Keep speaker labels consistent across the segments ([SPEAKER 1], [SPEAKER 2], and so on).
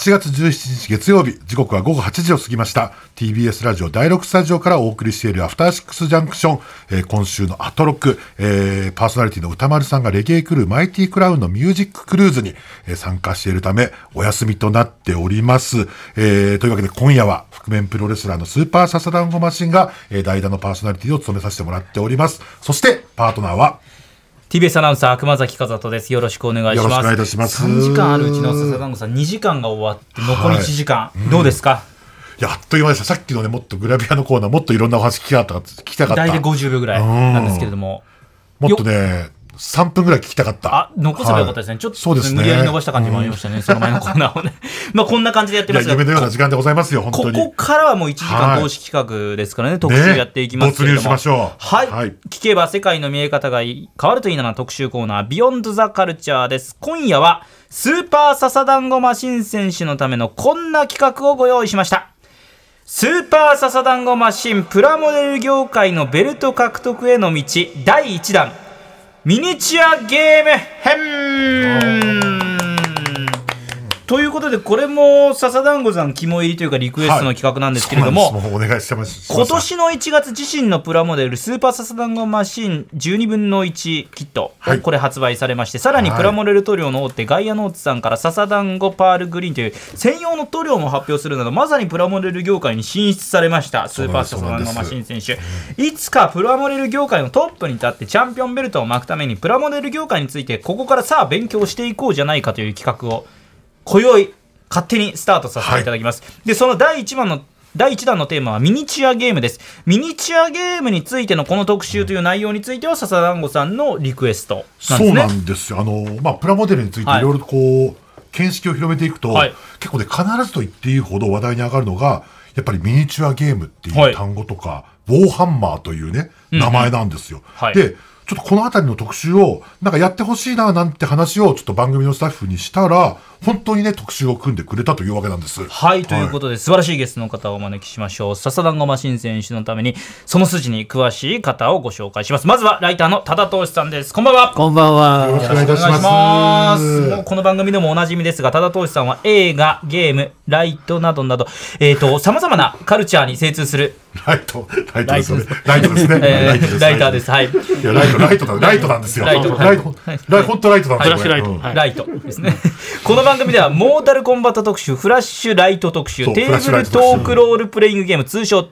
[SPEAKER 1] 7月17日月曜日、時刻は午後8時を過ぎました。 TBS ラジオ第6スタジオからお送りしているアフターシックスジャンクション、今週のアトロック、パーソナリティの歌丸さんがレゲエクルーマイティクラウンのミュージッククルーズに、参加しているためお休みとなっております。というわけで今夜は覆面プロレスラーのスーパーササダンゴマシンが、代打のパーソナリティを務めさせてもらっております。そしてパートナーは
[SPEAKER 2] TBS アナウンサー熊崎和人です。よろしくお願いします。
[SPEAKER 1] よろしくお願いいたします。
[SPEAKER 2] 3時間あるうちの笹団子さん2時間が終わって残り1時間、どうですか？
[SPEAKER 1] いや、あっという間でした。さっきのね、もっとグラビアのコーナーもっといろんなお話聞きたかった。
[SPEAKER 2] 大体50秒ぐらいなんですけれども、
[SPEAKER 1] もっとね3分ぐらい聞きたかった。
[SPEAKER 2] 残せばよかったですね。ちょっと、無理やり伸ばした感じもありましたね、その前のコーナーをね。まあこんな感じでやってますが、
[SPEAKER 1] 夢のような時間でございますよ、本当に。
[SPEAKER 2] ここからはもう1時間同式企画ですからね、特集やっていきますけれども、
[SPEAKER 1] 没入しましょう。
[SPEAKER 2] はい、聞けば世界の見え方が変わるといいな特集コーナー、ビヨンドザカルチャーです。今夜はスーパーササダンゴマシン選手のためのこんな企画をご用意しました。スーパーササダンゴマシンプラモデル業界のベルト獲得への道第1弾ミニチュアゲーム編ということで、これも笹団子さん肝入りというかリクエストの企画なんですけれども、
[SPEAKER 1] お願いします。
[SPEAKER 2] 今年の1月自身のプラモデルスーパー笹団子マシン12分の1キット、これ発売されまして、さらにプラモデル塗料の大手ガイアノーツさんから笹団子パールグリーンという専用の塗料も発表するなど、まさにプラモデル業界に進出されましたスーパー笹団子マシン選手。いつかプラモデル業界のトップに立ってチャンピオンベルトを巻くためにプラモデル業界についてここからさあ勉強していこうじゃないかという企画を今宵勝手にスタートさせていただきます。で、その第1弾のテーマはミニチュアゲームです。ミニチュアゲームについてのこの特集という内容については笹団子さんのリクエストなんですね。
[SPEAKER 1] そうなんですよ。プラモデルについていろいろと見識を広めていくと、結構ね、必ずと言っていいほど話題に上がるのがやっぱりミニチュアゲームっていう単語とか、ウォーハンマーというね名前なんですよ。で、ちょっとこのあたりの特集をなんかやってほしいななんて話をちょっと番組のスタッフにしたら、本当にね特集を組んでくれたというわけなんです。
[SPEAKER 2] ということで素晴らしいゲストの方をお招きしましょう。笹団子マシン選手のためにその筋に詳しい方をご紹介します。まずはライターの多田投資さんです。こんばんは。
[SPEAKER 3] こんばんは。
[SPEAKER 1] よろしくお願いいたします。
[SPEAKER 2] もうこの番組でもおなじみですが、多田投資さんは映画、ゲーム、ライトなどなどさまざまなカルチャーに精通する
[SPEAKER 1] ライトですね。ライ
[SPEAKER 2] ターです。はい。いや
[SPEAKER 1] ライトなんですよ。本当ライトなんですよ。
[SPEAKER 2] ライトですね。この番組ではモータルコンバット特集、フラッシュライト特集、テーブルトークロールプレイングゲーム通称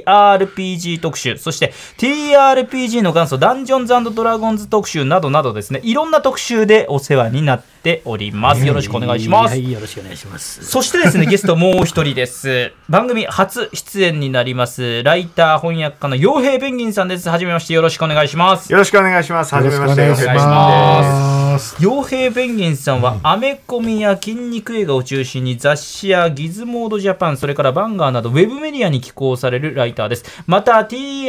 [SPEAKER 2] TRPG 特集、そして TRPG の元祖ダンジョンズ&ドラゴンズ特集などなどですね、いろんな特集でお世話になっております。よろしくお願いします。
[SPEAKER 3] よろしくお願いします。
[SPEAKER 2] そしてですね、ゲストもう一人です。番組初出演になりますライター翻訳家の陽平ペンギンさんです。はじめまして、よろしくお願いします。
[SPEAKER 4] よろしくお願いします。はじめまして、
[SPEAKER 1] よろしくお願いします。
[SPEAKER 2] 陽平ペンギンさんはアメコミや筋肉映画を中心に雑誌やギズモードジャパン、それからバンガーなどウェブメディアに寄稿されるライターです。また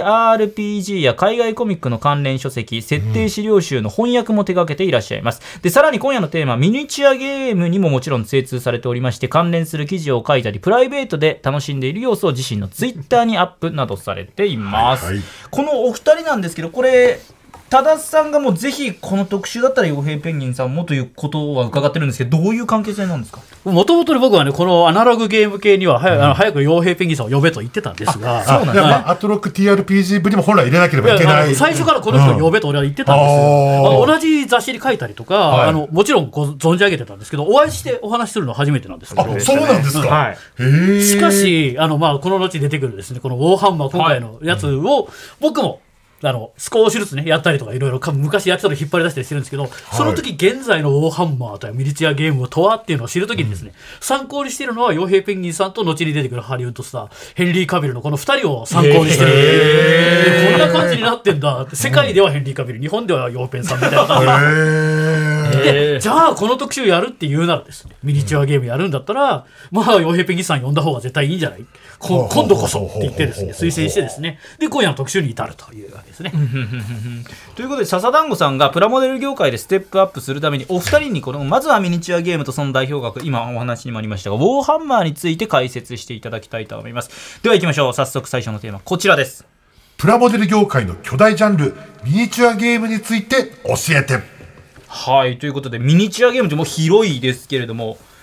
[SPEAKER 2] TRPG や海外コミックの関連書籍、設定資料集の翻訳も手掛けていらっしゃいます。で、さらに今夜のテーマミニチュアゲームにももちろん精通されておりまして、関連する記事を書いたりプライベートで楽しんでいる様子を自身のツイッターにアップなどされています。このお二人なんですけど、これ多田さんがもうぜひこの特集だったら陽平ペンギンさんもということは伺ってるんですけど、どういう関係性なんですか？
[SPEAKER 3] もともと僕はね、このアナログゲーム系には早く陽平ペンギンさんを呼べと言ってたんですが、
[SPEAKER 2] そうなんだ。
[SPEAKER 1] アトロック TRPG 部にも本来入れなければいけない。
[SPEAKER 3] 最初からこの人を呼べと俺は言ってたんです。同じ雑誌に書いたりとか、もちろん存じ上げてたんですけど、お会いしてお話しするのは初めてなんですけど。
[SPEAKER 1] そうなんですか。
[SPEAKER 3] しかしこの後出てくるですね、このウォーハンマー今回のやつを僕も少しずつねやったりとかいろいろ昔やってたのを引っ張り出したりしてるんですけど、その時現在のウォーハンマーというミニチュアゲームとはっていうのを知る時にですね、参考にしているのは陽平ペンギンさんと後に出てくるハリウッドスターヘンリー・カビルのこの2人を参考にしてるこんな感じになってんだって。世界ではヘンリー・カビル、日本では陽平さんみたいな感じで、じゃあこの特集やるって言うならですね、ミニチュアゲームやるんだったら陽平ペンギンさん呼んだ方が絶対いいんじゃない、今度こそって言ってですね推薦してですね、で今夜の特集に至るというわけですね。
[SPEAKER 2] ということで笹団子さんがプラモデル業界でステップアップするためにお二人にまずはミニチュアゲームとその代表格、今お話にもありましたがウォーハンマーについて解説していただきたいと思います。では行きましょう。早速最初のテーマこちらです。
[SPEAKER 1] プラモデル業界の巨大ジャンルミニチュアゲームについて教えて。
[SPEAKER 2] はい、ということでミニチュアゲームってもう広いですけれども、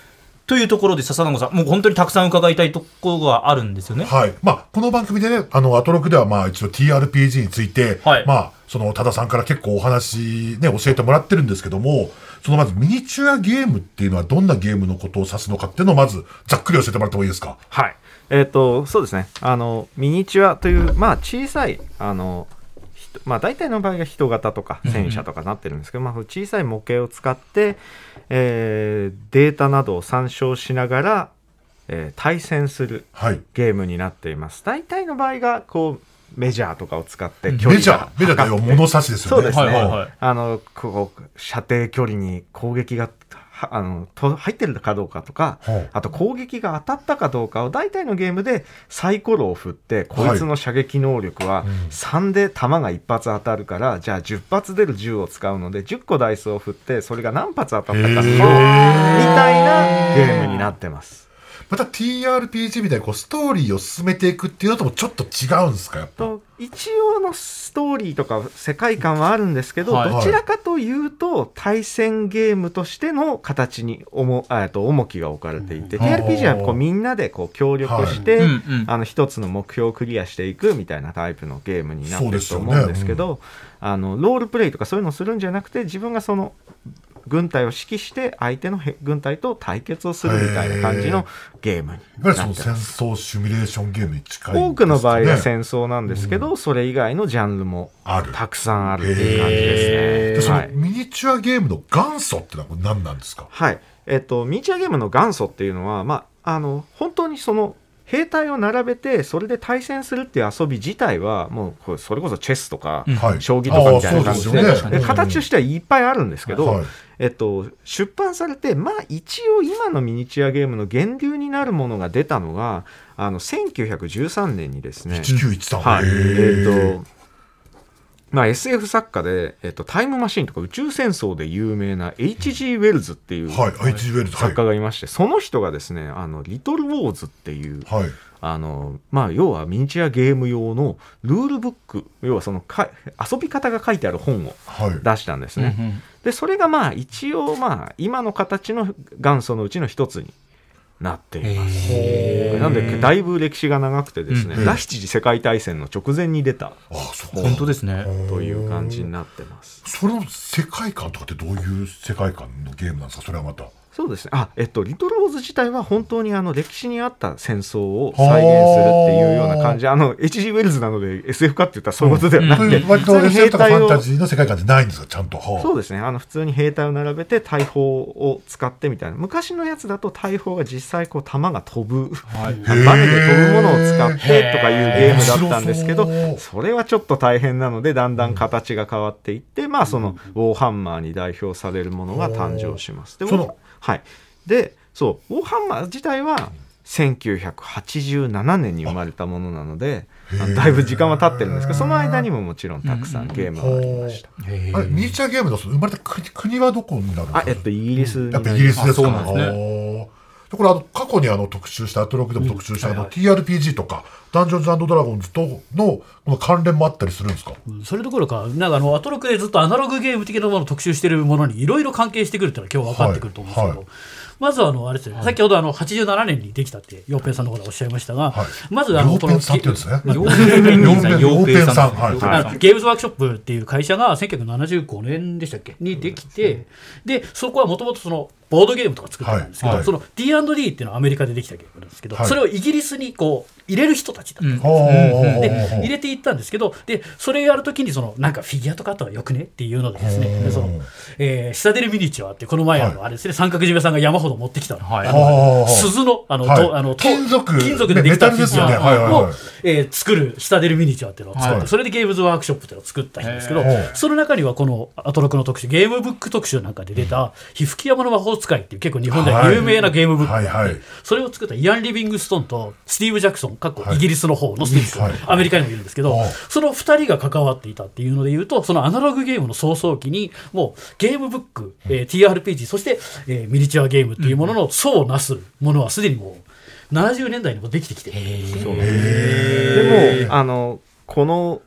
[SPEAKER 2] というところで笹団子さん、もう本当にたくさん伺いたいところがあるんですよね。
[SPEAKER 1] はい。この番組でね、アトロクでは一応 TRPG について、
[SPEAKER 2] はい、
[SPEAKER 1] その多田さんから結構お話ね、教えてもらってるんですけども、そのまずミニチュアゲームっていうのはどんなゲームのことを指すのかっていうのをまずざっくり教えてもらってもいいですか。
[SPEAKER 4] はい。そうですね。ミニチュアという、小さい、大体の場合が人型とか戦車とかなってるんですけど、小さい模型を使って、データなどを参照しながら、対戦するゲームになっています。大体の場合がこうメジャーとかを使って距離が
[SPEAKER 1] メジャーという物差しですよね。
[SPEAKER 4] そうですね。こう射程距離に攻撃が入ってるかどうかとか、あと攻撃が当たったかどうかを大体のゲームでサイコロを振って、こいつの射撃能力は3で弾が1発当たるから、じゃあ10発出る銃を使うので10個ダイスを振って、それが何発当たったかみたいなゲームになってます。
[SPEAKER 1] また TRPG みたいにこうストーリーを進めていくっていうのともちょっと違うんですか。やっぱ
[SPEAKER 4] 一応のストーリーとか世界観はあるんですけど、どちらかというと対戦ゲームとしての形に重きが置かれていて、TRPG はこうみんなでこう協力して、一つの目標をクリアしていくみたいなタイプのゲームになってると思うんですけど、ロールプレイとかそういうのをするんじゃなくて、自分がその軍隊を指揮して相手の軍隊と対決をするみたいな感じのゲームになってます。
[SPEAKER 1] いわゆるその戦争シミュレーションゲームに近いんですかね。
[SPEAKER 4] 多くの場合は戦争なんですけど、それ以外のジャンルもたくさんあるっていう感じですね。
[SPEAKER 1] そのミニチュアゲームの元祖ってのは何なんですか。
[SPEAKER 4] はい、ミニチュアゲームの元祖っていうのは、本当にその兵隊を並べてそれで対戦するっていう遊び自体はもうそれこそチェスとか、将棋とかみたいな感じで、形としてはいっぱいあるんですけど、出版されて一応今のミニチュアゲームの源流になるものが出たのが1913年にですね、SF 作家で、タイムマシンとか宇宙戦争で有名な H.G. ウェルズっていう作家がいまして、その人がですねリトルウォーズっていう、要はミニチュアゲーム用のルールブック、要はその遊び方が書いてある本を出したんですね。でそれが一応今の形の元祖のうちの一つになっています。なのでだいぶ歴史が長くてですね、第一次世界大戦の直前に出た
[SPEAKER 2] 本当ですね
[SPEAKER 4] という感じになってます。
[SPEAKER 1] その世界観とかってどういう世界観のゲームなんですか。それはまた
[SPEAKER 4] そうですね。リトルウォーズ自体は本当に歴史にあった戦争を再現するっていうような感じ。H.G. ウェルズなので SF かって言ったらそういうことではなくて、
[SPEAKER 1] 割と SF とかファンタジーの世界観じゃないんですか。ちゃんと
[SPEAKER 4] そうですね。普通に兵隊を並べて大砲を使ってみたいな。昔のやつだと大砲が実際こう弾が飛ぶ、バネで飛ぶものを使ってとかいうゲームだったんですけど、それはちょっと大変なのでだんだん形が変わっていって、そのウォーハンマーに代表されるものが誕生します。でウォーハンマー自体は1987年に生まれたものなので、だいぶ時間は経ってるんですけど、その間にももちろんたくさんゲームがありました。
[SPEAKER 1] ミニチュアゲームの生まれた国はどこになるんですか。
[SPEAKER 4] イギリスになります。
[SPEAKER 1] やっぱイギリスですか。そうなんですね。これ過去に特集したアトロックでも特集したTRPG とかダンジョンズ&ドラゴンズとのこの関連もあったりするんですか。
[SPEAKER 3] それどころかアトロックでずっとアナログゲーム的なものを特集しているものにいろいろ関係してくるっていうのは今日分かってくると思うんですけど、まずあれですね、先ほど87年にできたってヨーペンさんの方がおっしゃいましたが、まず
[SPEAKER 1] ヨーペンさんって言うんですね。
[SPEAKER 3] ヨーペンさんゲームズワークショップっていう会社が1975年でしたっけにできて、でそこはもともとそのボードゲームとか作ってたんですけど、その D&D っていうのはアメリカでできたゲームなんですけど、それをイギリスにこう入れる人たちだったんです、で入れていったんですけど、でそれやるときになんかフィギュアとかあったらよくねっていうのでですね、でシタデルミニチュアってこの前あれですね、三角締めさんが山ほど持ってきた鈴の
[SPEAKER 1] 金属
[SPEAKER 3] でできたフィギュアを作るシタデルミニチュアっていうのを作って、それでゲームズワークショップっていうのを作ったんですけど、その中にはこのアトロクの特集ゲームブック特集なんかで出た火吹き山の魔法使いっていう結構日本では有名なゲームブックがあって、それを作ったイアン・リビングストンとスティーブ・ジャクソンイギリスの方のスティーブ君、アメリカにもいるんですけど、その2人が関わっていたっていうのでいうと、そのアナログゲームの創創期にもうゲームブック、TRPG そして、ミニチュアゲームっていうものの層をなすものはすでにもう70年代にもできてきて、
[SPEAKER 4] でもこの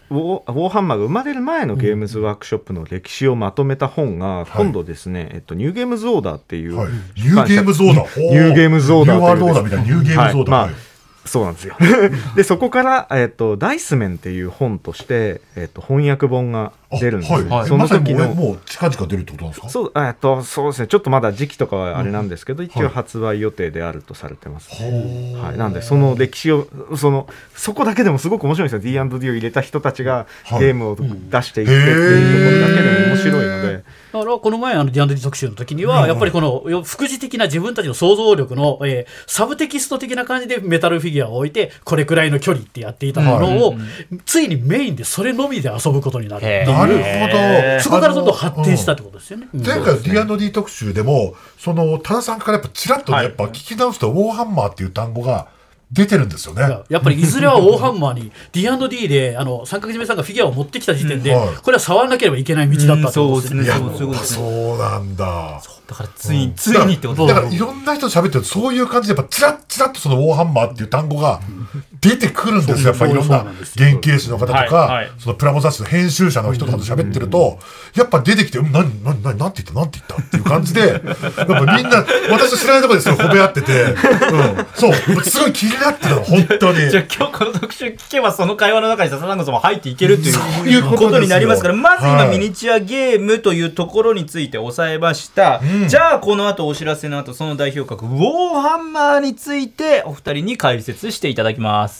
[SPEAKER 4] ウォーハンマーが生まれる前のゲームズワークショップの歴史をまとめた本が、今度ですね、ニューゲームズオーダーっていう、
[SPEAKER 1] ニューゲームズオーダー、
[SPEAKER 4] ニューゲームズオーダー、
[SPEAKER 1] ニューワールドオーダーみたいなニューゲームズオーダー、
[SPEAKER 4] そうなんですよでそこから、ダイスメンっていう本として、翻訳本が出るんですよ、
[SPEAKER 1] その時のもう近々出るってことなんですか？
[SPEAKER 4] そうですね、ちょっとまだ時期とかはあれなんですけど、一応発売予定であるとされてます、なんでその歴史をそこだけでもすごく面白いんですよ。 D&D を入れた人たちがゲームを出していってっていうところだけでも面白いので、
[SPEAKER 3] だからこの前D&D 特集の時には、やっぱりこの副次的な自分たちの想像力の、サブテキスト的な感じでメタルフィギュアを置いてこれくらいの距離ってやっていたものを、ついにメインでそれのみで遊ぶことになるっていう。
[SPEAKER 1] なるほど。
[SPEAKER 3] そこからどんどん発展したってことですよね。
[SPEAKER 1] 前回の D&D 特集でも多田さんからやっぱちらっとね、やっぱ聞き直すとウォーハンマーっていう単語が出てるんですよね。
[SPEAKER 3] やっぱりいずれはウォーハンマーに D&D で三角締めさんがフィギュアを持ってきた時点で、これは触らなければいけない道だったってことですね。
[SPEAKER 1] そうなんだ。
[SPEAKER 2] だからついにってこと
[SPEAKER 1] だからいろんな人と喋ってるとそういう感じでやっぱチラッとそのウォーハンマーっていう単語が出てくるんですよ。やっぱりいろんな原型師の方とか、そのプラモ雑誌の編集者の人とかと喋ってると、やっぱ出てきてなんて言ったっていう感じで、やっぱみんな私の知らないところですごい褒め合ってて、そうすごい気になってたの本当に。
[SPEAKER 2] じゃあ今日この特集聞けばその会話の中に笹団子さんも入っていけるということになりますから、まず今ミニチュアゲームというところについて押さえました。じゃあこの後お知らせの後、その代表格ウォーハンマーについてお二人に解説していただきます。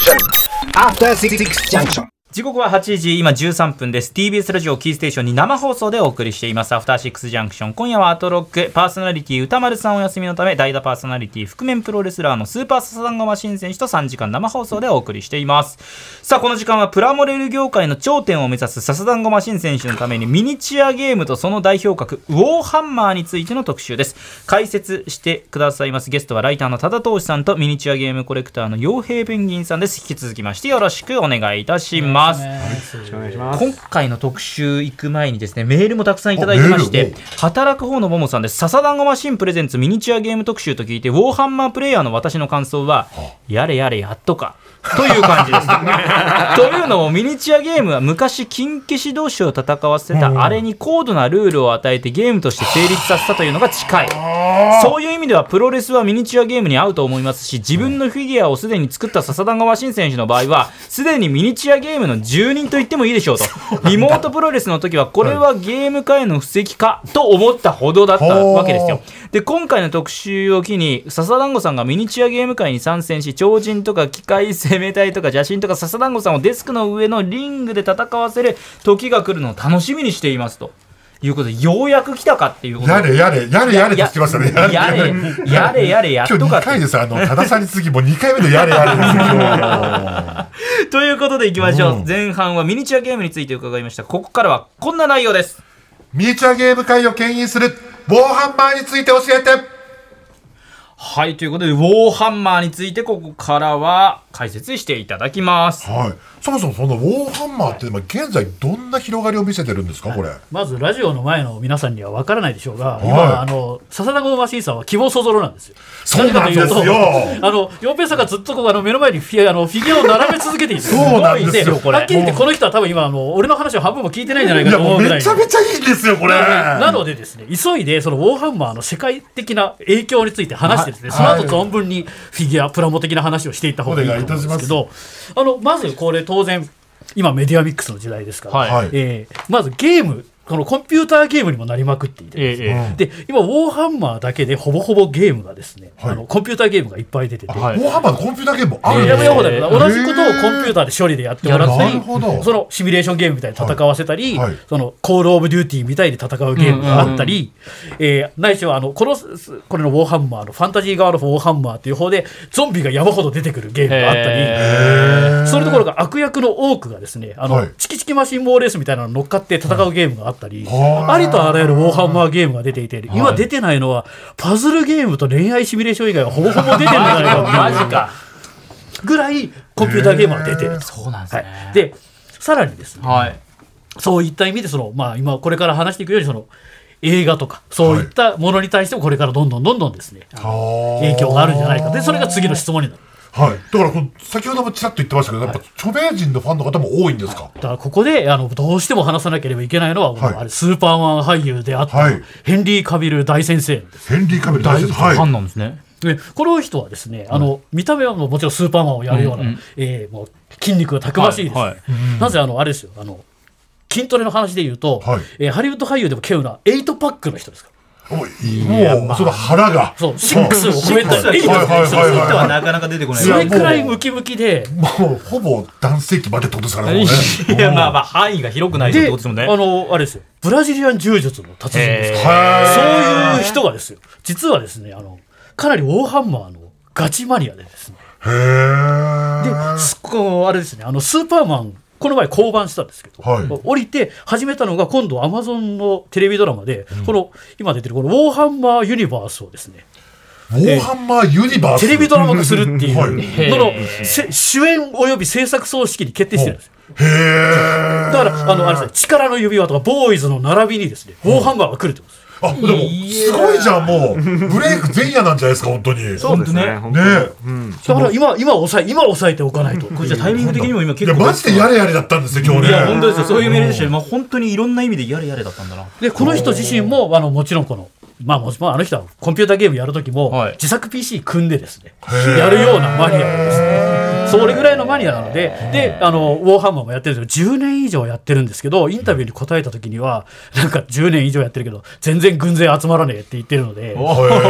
[SPEAKER 2] 時刻は8時今13分です。 TBS ラジオキーステーションに生放送でお送りしていますアフターシックスジャンクション。今夜はアトロックパーソナリティ歌丸さんお休みのため、代打パーソナリティ覆面プロレスラーのスーパーササダンゴマシン選手と3時間生放送でお送りしています。さあこの時間はプラモデル業界の頂点を目指すササダンゴマシン選手のためにミニチュアゲームとその代表格ウォーハンマーについての特集です。解説してくださいますゲストはライターの多田投資さんとミニチュアゲームコレクターの傭兵ペンギンさんです。引き続きましてよろしくお願いいたします。今回の特集行く前にですね、メールもたくさんいただいてまして、働く方のももさんです。ササダンゴマシンプレゼンツミニチュアゲーム特集と聞いて、ウォーハンマープレイヤーの私の感想は、やれやれやっとかという感じですというのもミニチュアゲームは昔金消し同士を戦わせたあれに高度なルールを与えてゲームとして成立させたというのが近い。そういう意味ではプロレスはミニチュアゲームに合うと思いますし、自分のフィギュアをすでに作ったササダンゴマシン選手の場合はすでにミニチュアゲームの住人と言ってもいいでしょうと。リモートプロレスの時はこれはゲーム界の布石かと思ったほどだったわけですよ。で今回の特集を機にササダンゴさんがミニチュアゲーム界に参戦し、超人とか機械生命体とか邪神とかササダンゴさんをデスクの上のリングで戦わせる時が来るのを楽しみにしていますということで、ようやく来たかっていうこと。
[SPEAKER 1] やれって言ってましたね。
[SPEAKER 2] やれやっとか。
[SPEAKER 1] 今日2回です。多田さんに次もう2回目のやれですよ
[SPEAKER 2] ということでいきましょう。前半はミニチュアゲームについて伺いました。ここからはこんな内容です。
[SPEAKER 1] ミニチュアゲーム界を牽引するウォーハンマーについて教えて。
[SPEAKER 2] はい、ということでウォーハンマーについてここからは解説していただきます。
[SPEAKER 1] はい、そもそもそのウォーハンマーって現在どんな広がりを見せてるんですかこれ。
[SPEAKER 3] まずラジオの前の皆さんには分からないでしょうが、今笹田ゴマシンさんは希望そぞろなんですよ。
[SPEAKER 1] そうなんですよ。
[SPEAKER 3] 洋平さんがずっと目の前にフィギュアを並べ続けている。
[SPEAKER 1] そうなんですよこれ。
[SPEAKER 3] はっきり言ってこの人は多分今俺の話を半分も聞いてないんじゃないかと思うぐらい。
[SPEAKER 1] めちゃめちゃいいんですよこれ。
[SPEAKER 3] なのでですね、急いでそのウォーハンマーの世界的な影響について話してですね、その後存分にフィギュアプラモ的な話をしていった方がいいと思うんですけど、まずこれ当然今メディアミックスの時代ですから、まずゲーム、このコンピューターゲームにもなりまくっていてですね、で今ウォーハンマーだけでほぼほぼゲームがですね、コンピューターゲームがいっぱい出てて、
[SPEAKER 1] ウォーハンマーのコンピューターゲームもあるんです
[SPEAKER 3] か。同じことをコンピューターで処理でやってもらったり、そのシミュレーションゲームみたいに戦わせたり、そのコールオブデューティーみたいに戦うゲームがあったり、ないしはこれのウォーハンマーのファンタジー側のウォーハンマーっていう方でゾンビが山ほど出てくるゲームがあったり、それどころか悪役の多くがですね、チキチキマシンボーレースみたいなの乗っかって戦うゲームがあったり、ありとあらゆるウォーハンマーゲームが出ていて、今出てないのはパズルゲームと恋愛シミュレーション以外はほぼほぼ出てるんじゃないか
[SPEAKER 2] マジか
[SPEAKER 3] ぐらいコンピューターゲームが出てると。
[SPEAKER 2] そうなんですね。
[SPEAKER 3] でさらにですね、そういった意味で今これから話していくように映画とかそういったものに対してもこれからどんどんですね、影響があるんじゃないかで、それが次の質問になる。
[SPEAKER 1] はい。だから先ほどもちらっと言ってましたけど、やっぱ著名人のファンの方も多いんですか。
[SPEAKER 3] だからここでどうしても話さなければいけないのは、
[SPEAKER 1] はい、
[SPEAKER 3] あれスーパーマン俳優であった、はい、ヘンリー・カビル大先生です。
[SPEAKER 1] ヘンリー・カビル大先生、
[SPEAKER 2] ファンなんですね。
[SPEAKER 3] この人はですね、見た目はもちろんスーパーマンをやるような、もう筋肉がたくましいですね。なぜあれですよ、筋トレの話で言うと、ハリウッド俳優でも稀有な8パックの人ですから。
[SPEAKER 1] もうその腹が
[SPEAKER 3] そう6を超えた
[SPEAKER 2] 8はなかなか出てこない。
[SPEAKER 3] それくらいムキムキで、
[SPEAKER 1] もうほぼ男性器までってことですからね。
[SPEAKER 2] いや、まあ範囲が広くないとってことですもんね。
[SPEAKER 3] あれですよ、ブラジリアン柔術の達人です。そういう人がですよ、実はですね、かなりウォーハンマーのガチマニアでですね。で、あれですね、スーパーマンこの前降板したんですけど、降りて始めたのが今度アマゾンのテレビドラマで、この今出てるこのウォーハンマーユニバースをですね、
[SPEAKER 1] ウォーハンマーユニバース
[SPEAKER 3] テレビドラマ化するっていうの主演および制作総指揮に決定してるんですよ。だからあれですね、力の指輪とかボーイズの並びにですね、ウォーハンマーが来るってことです。
[SPEAKER 1] でもすごいじゃん、もうブレイク前夜なんじゃないですか、本当に。
[SPEAKER 4] そうですね。
[SPEAKER 3] だから今抑えておかないと。
[SPEAKER 2] これじゃタイミング的にも今結構
[SPEAKER 1] マジでやれやれだったんですよ今日ね。
[SPEAKER 2] いや本当ですよ、そういうメールでしたよ。本当にいろんな意味でやれやれだったんだな。
[SPEAKER 3] でこの人自身ももちろんこのもちろんあの人はコンピューターゲームやるときも自作 PC 組んでですね、やるようなマニアですね。それぐらいのマニアなので、ウォーハンマーもやってるんですけど10年以上やってるんですけど、インタビューに答えたときにはなんか10年以上やってるけど全然軍勢集まらねえって言ってるので、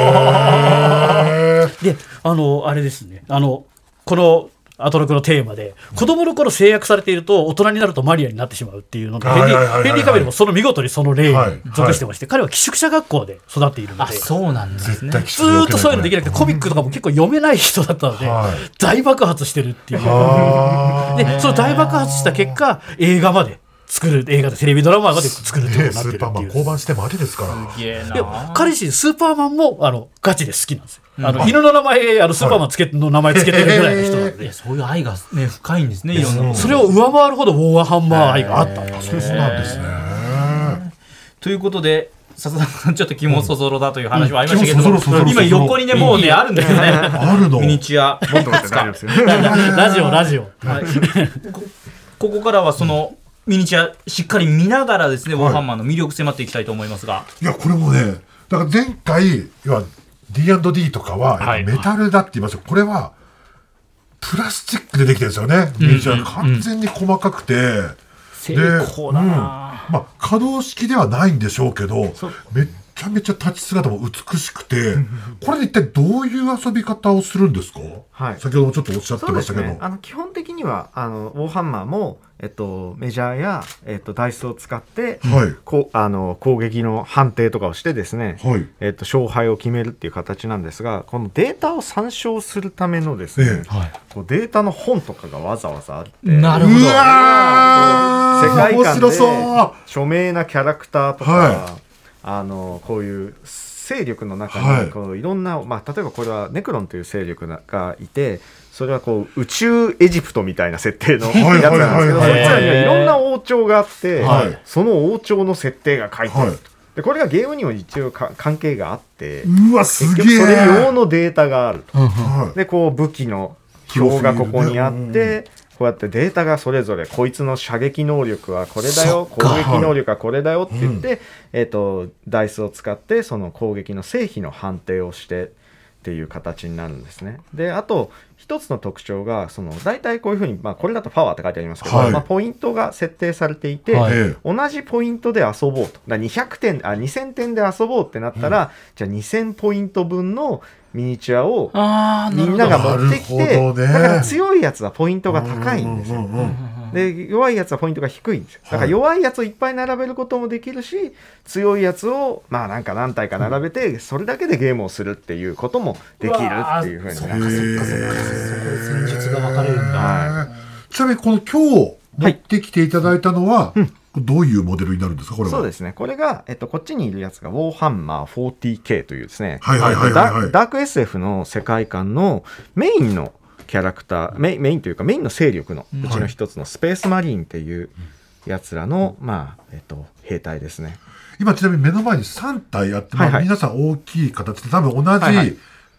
[SPEAKER 3] であれですね、このアトロクのテーマで子供の頃制約されていると大人になるとマニアになってしまうっていうのがヘンリー・カビルも見事にその例に属してまして、彼は寄宿舎学校で育っているので、
[SPEAKER 2] そうなんですね、
[SPEAKER 3] ずーっとそういうのできなくてコミックとかも結構読めない人だったので、大爆発してるっていう。でその大爆発した結果映画でテレビドラマまで作るってことになってるっていう。
[SPEAKER 1] スーパーマン降板してまでですから。
[SPEAKER 2] すげえな。
[SPEAKER 3] 彼自身スーパーマンもガチで好きなんですよ。犬の名前スーパーマンの名前つけてるぐらいの人なので、
[SPEAKER 2] そういう愛がね深いんですね。いろんな
[SPEAKER 3] それを上回るほどウォーハンマー愛があった。
[SPEAKER 1] そうなんですね。
[SPEAKER 2] ということで笹田さんちょっと肝そぞろだという話もありましたけど、今横にねもうねあるんですよね。
[SPEAKER 1] あるの。
[SPEAKER 2] ミニチュア
[SPEAKER 4] 持ってますか。
[SPEAKER 3] ラジオ。
[SPEAKER 2] ここからはそのミニチュアしっかり見ながらですね、ウォーハンマーの魅力迫っていきたいと思いますが、
[SPEAKER 1] いやこれもね、だから前回要は D&D とかはメタルだって言いましたけど、これはプラスチックでできてるんですよね。ミニチュア完全に細かくて、
[SPEAKER 2] 精巧だな。
[SPEAKER 1] 可動式ではないんでしょうけど、めちゃめちゃ立ち姿も美しくて、これで一体どういう遊び方をするんですか。先ほどもちょっとおっしゃってましたけど、
[SPEAKER 4] 基本的にはウォーハンマーもメジャーや、ダイスを使って、攻撃の判定とかをしてですね、勝敗を決めるっていう形なんですが、このデータを参照するためのですね、こうデータの本とかがわざわざあって、
[SPEAKER 2] なるほど、
[SPEAKER 4] 世界観で著名なキャラクターとか、こういう勢力の中にこういろんな、例えばこれはネクロンという勢力がいて、それはこう宇宙エジプトみたいな設定のやつなんですけど、そいつらにはいろんな王朝があって、その王朝の設定が書いてある。でこれがゲームにも一応関係があって、結局それ用のデータがあると。でこう武器の表がここにあって、こうやってデータがそれぞれこいつの射撃能力はこれだよ、攻撃能力はこれだよって言って、ダイスを使ってその攻撃の成否の判定をしてっていう形になるんですね。であと一つの特徴が大体こういうふうに、これだとパワーって書いてありますけど、ポイントが設定されていて、同じポイントで遊ぼうと、2000点で遊ぼうってなったら、じゃあ2000ポイント分のミニチュアをみんなが持ってきて、だから強いやつはポイントが高いんですよ。で弱いやつはポイントが低いんですよ。だから弱いやつをいっぱい並べることもできるし、強いやつをなんか何体か並べてそれだけでゲームをするっていうこともできるっていうふうに。
[SPEAKER 2] 戦術が分かれるんだ。
[SPEAKER 1] ちなみにこの今日持ってきていただいたのは、どういうモデルになるんですか。これは。
[SPEAKER 4] そうですね、これが、こっちにいるやつがウォーハンマー 40K というですね、
[SPEAKER 1] ダ
[SPEAKER 4] ーク SF の世界観のメインのキャラクター、メインというかメインの勢力のうちの一つのスペースマリーンっていうやつらの、兵隊ですね。
[SPEAKER 1] 今ちなみに目の前に3体あって、皆さん大きい形で多分同じ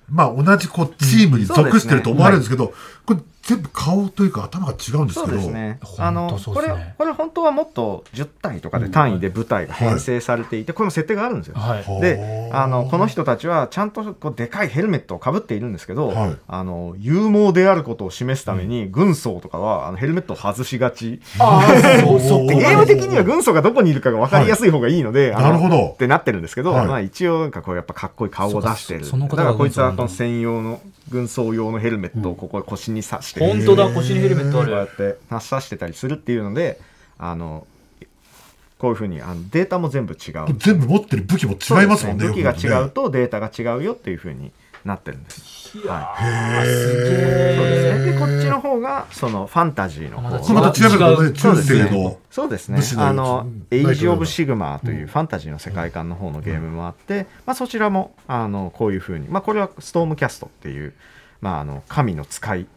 [SPEAKER 1] まあ同じこうチームに属してると思われるんですけど、これ全部顔というか頭が違うんですけど。
[SPEAKER 4] そうですね。これ本当はもっと10体とかで単位で部隊が編成されていて、これも設定があるんですよ。で、この人たちはちゃんとこうでかいヘルメットをかぶっているんですけど、勇猛であることを示すために軍曹とかはヘルメットを外しがち。ゲーム的には軍曹がどこにいるかが分かりやすい方がいいので、
[SPEAKER 1] なるほど
[SPEAKER 4] ってなってるんですけど、まあ一応なんかこうやっぱかっこいい顔を出してる。だからこいつはこの専用の軍曹用のヘルメットをここ腰に刺して、
[SPEAKER 2] 本当だ、腰にヘルメットある。
[SPEAKER 4] こうやって刺してたりするっていうので、こういうふうにデータも全部違う。
[SPEAKER 1] 全部持ってる武器も違いますもんね。
[SPEAKER 4] 武器が違うとデータが違うよっていうふうになってるんです。
[SPEAKER 2] すげえ。
[SPEAKER 4] そうですね。でこっちの方がそのファンタジーの方。
[SPEAKER 1] また違う中世の。
[SPEAKER 4] そうですね。エイジ・オブ・シグマというファンタジーの世界観の方のゲームもあって、まあそちらもこういうふうに、まあこれはストームキャストっていうまあ神の使い。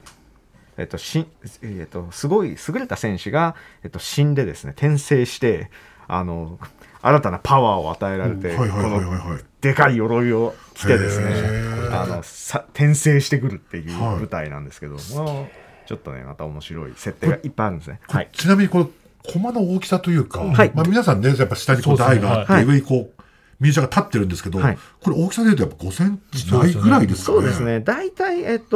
[SPEAKER 4] すごい優れた戦士が、死んでですね転生して新たなパワーを与えられて、このでかい鎧を着てですね転生してくるっていう舞台なんですけど、ちょっとねまた面白い設定がいっぱいあるんですね。
[SPEAKER 1] ちなみにこのコマの大きさというか、まあ皆さんねやっぱ下にこう台があって上にこうミニチュアが立ってるんですけど、これ大きさでいうとやっぱ5センチないぐらいですかね。
[SPEAKER 4] そうですね。大体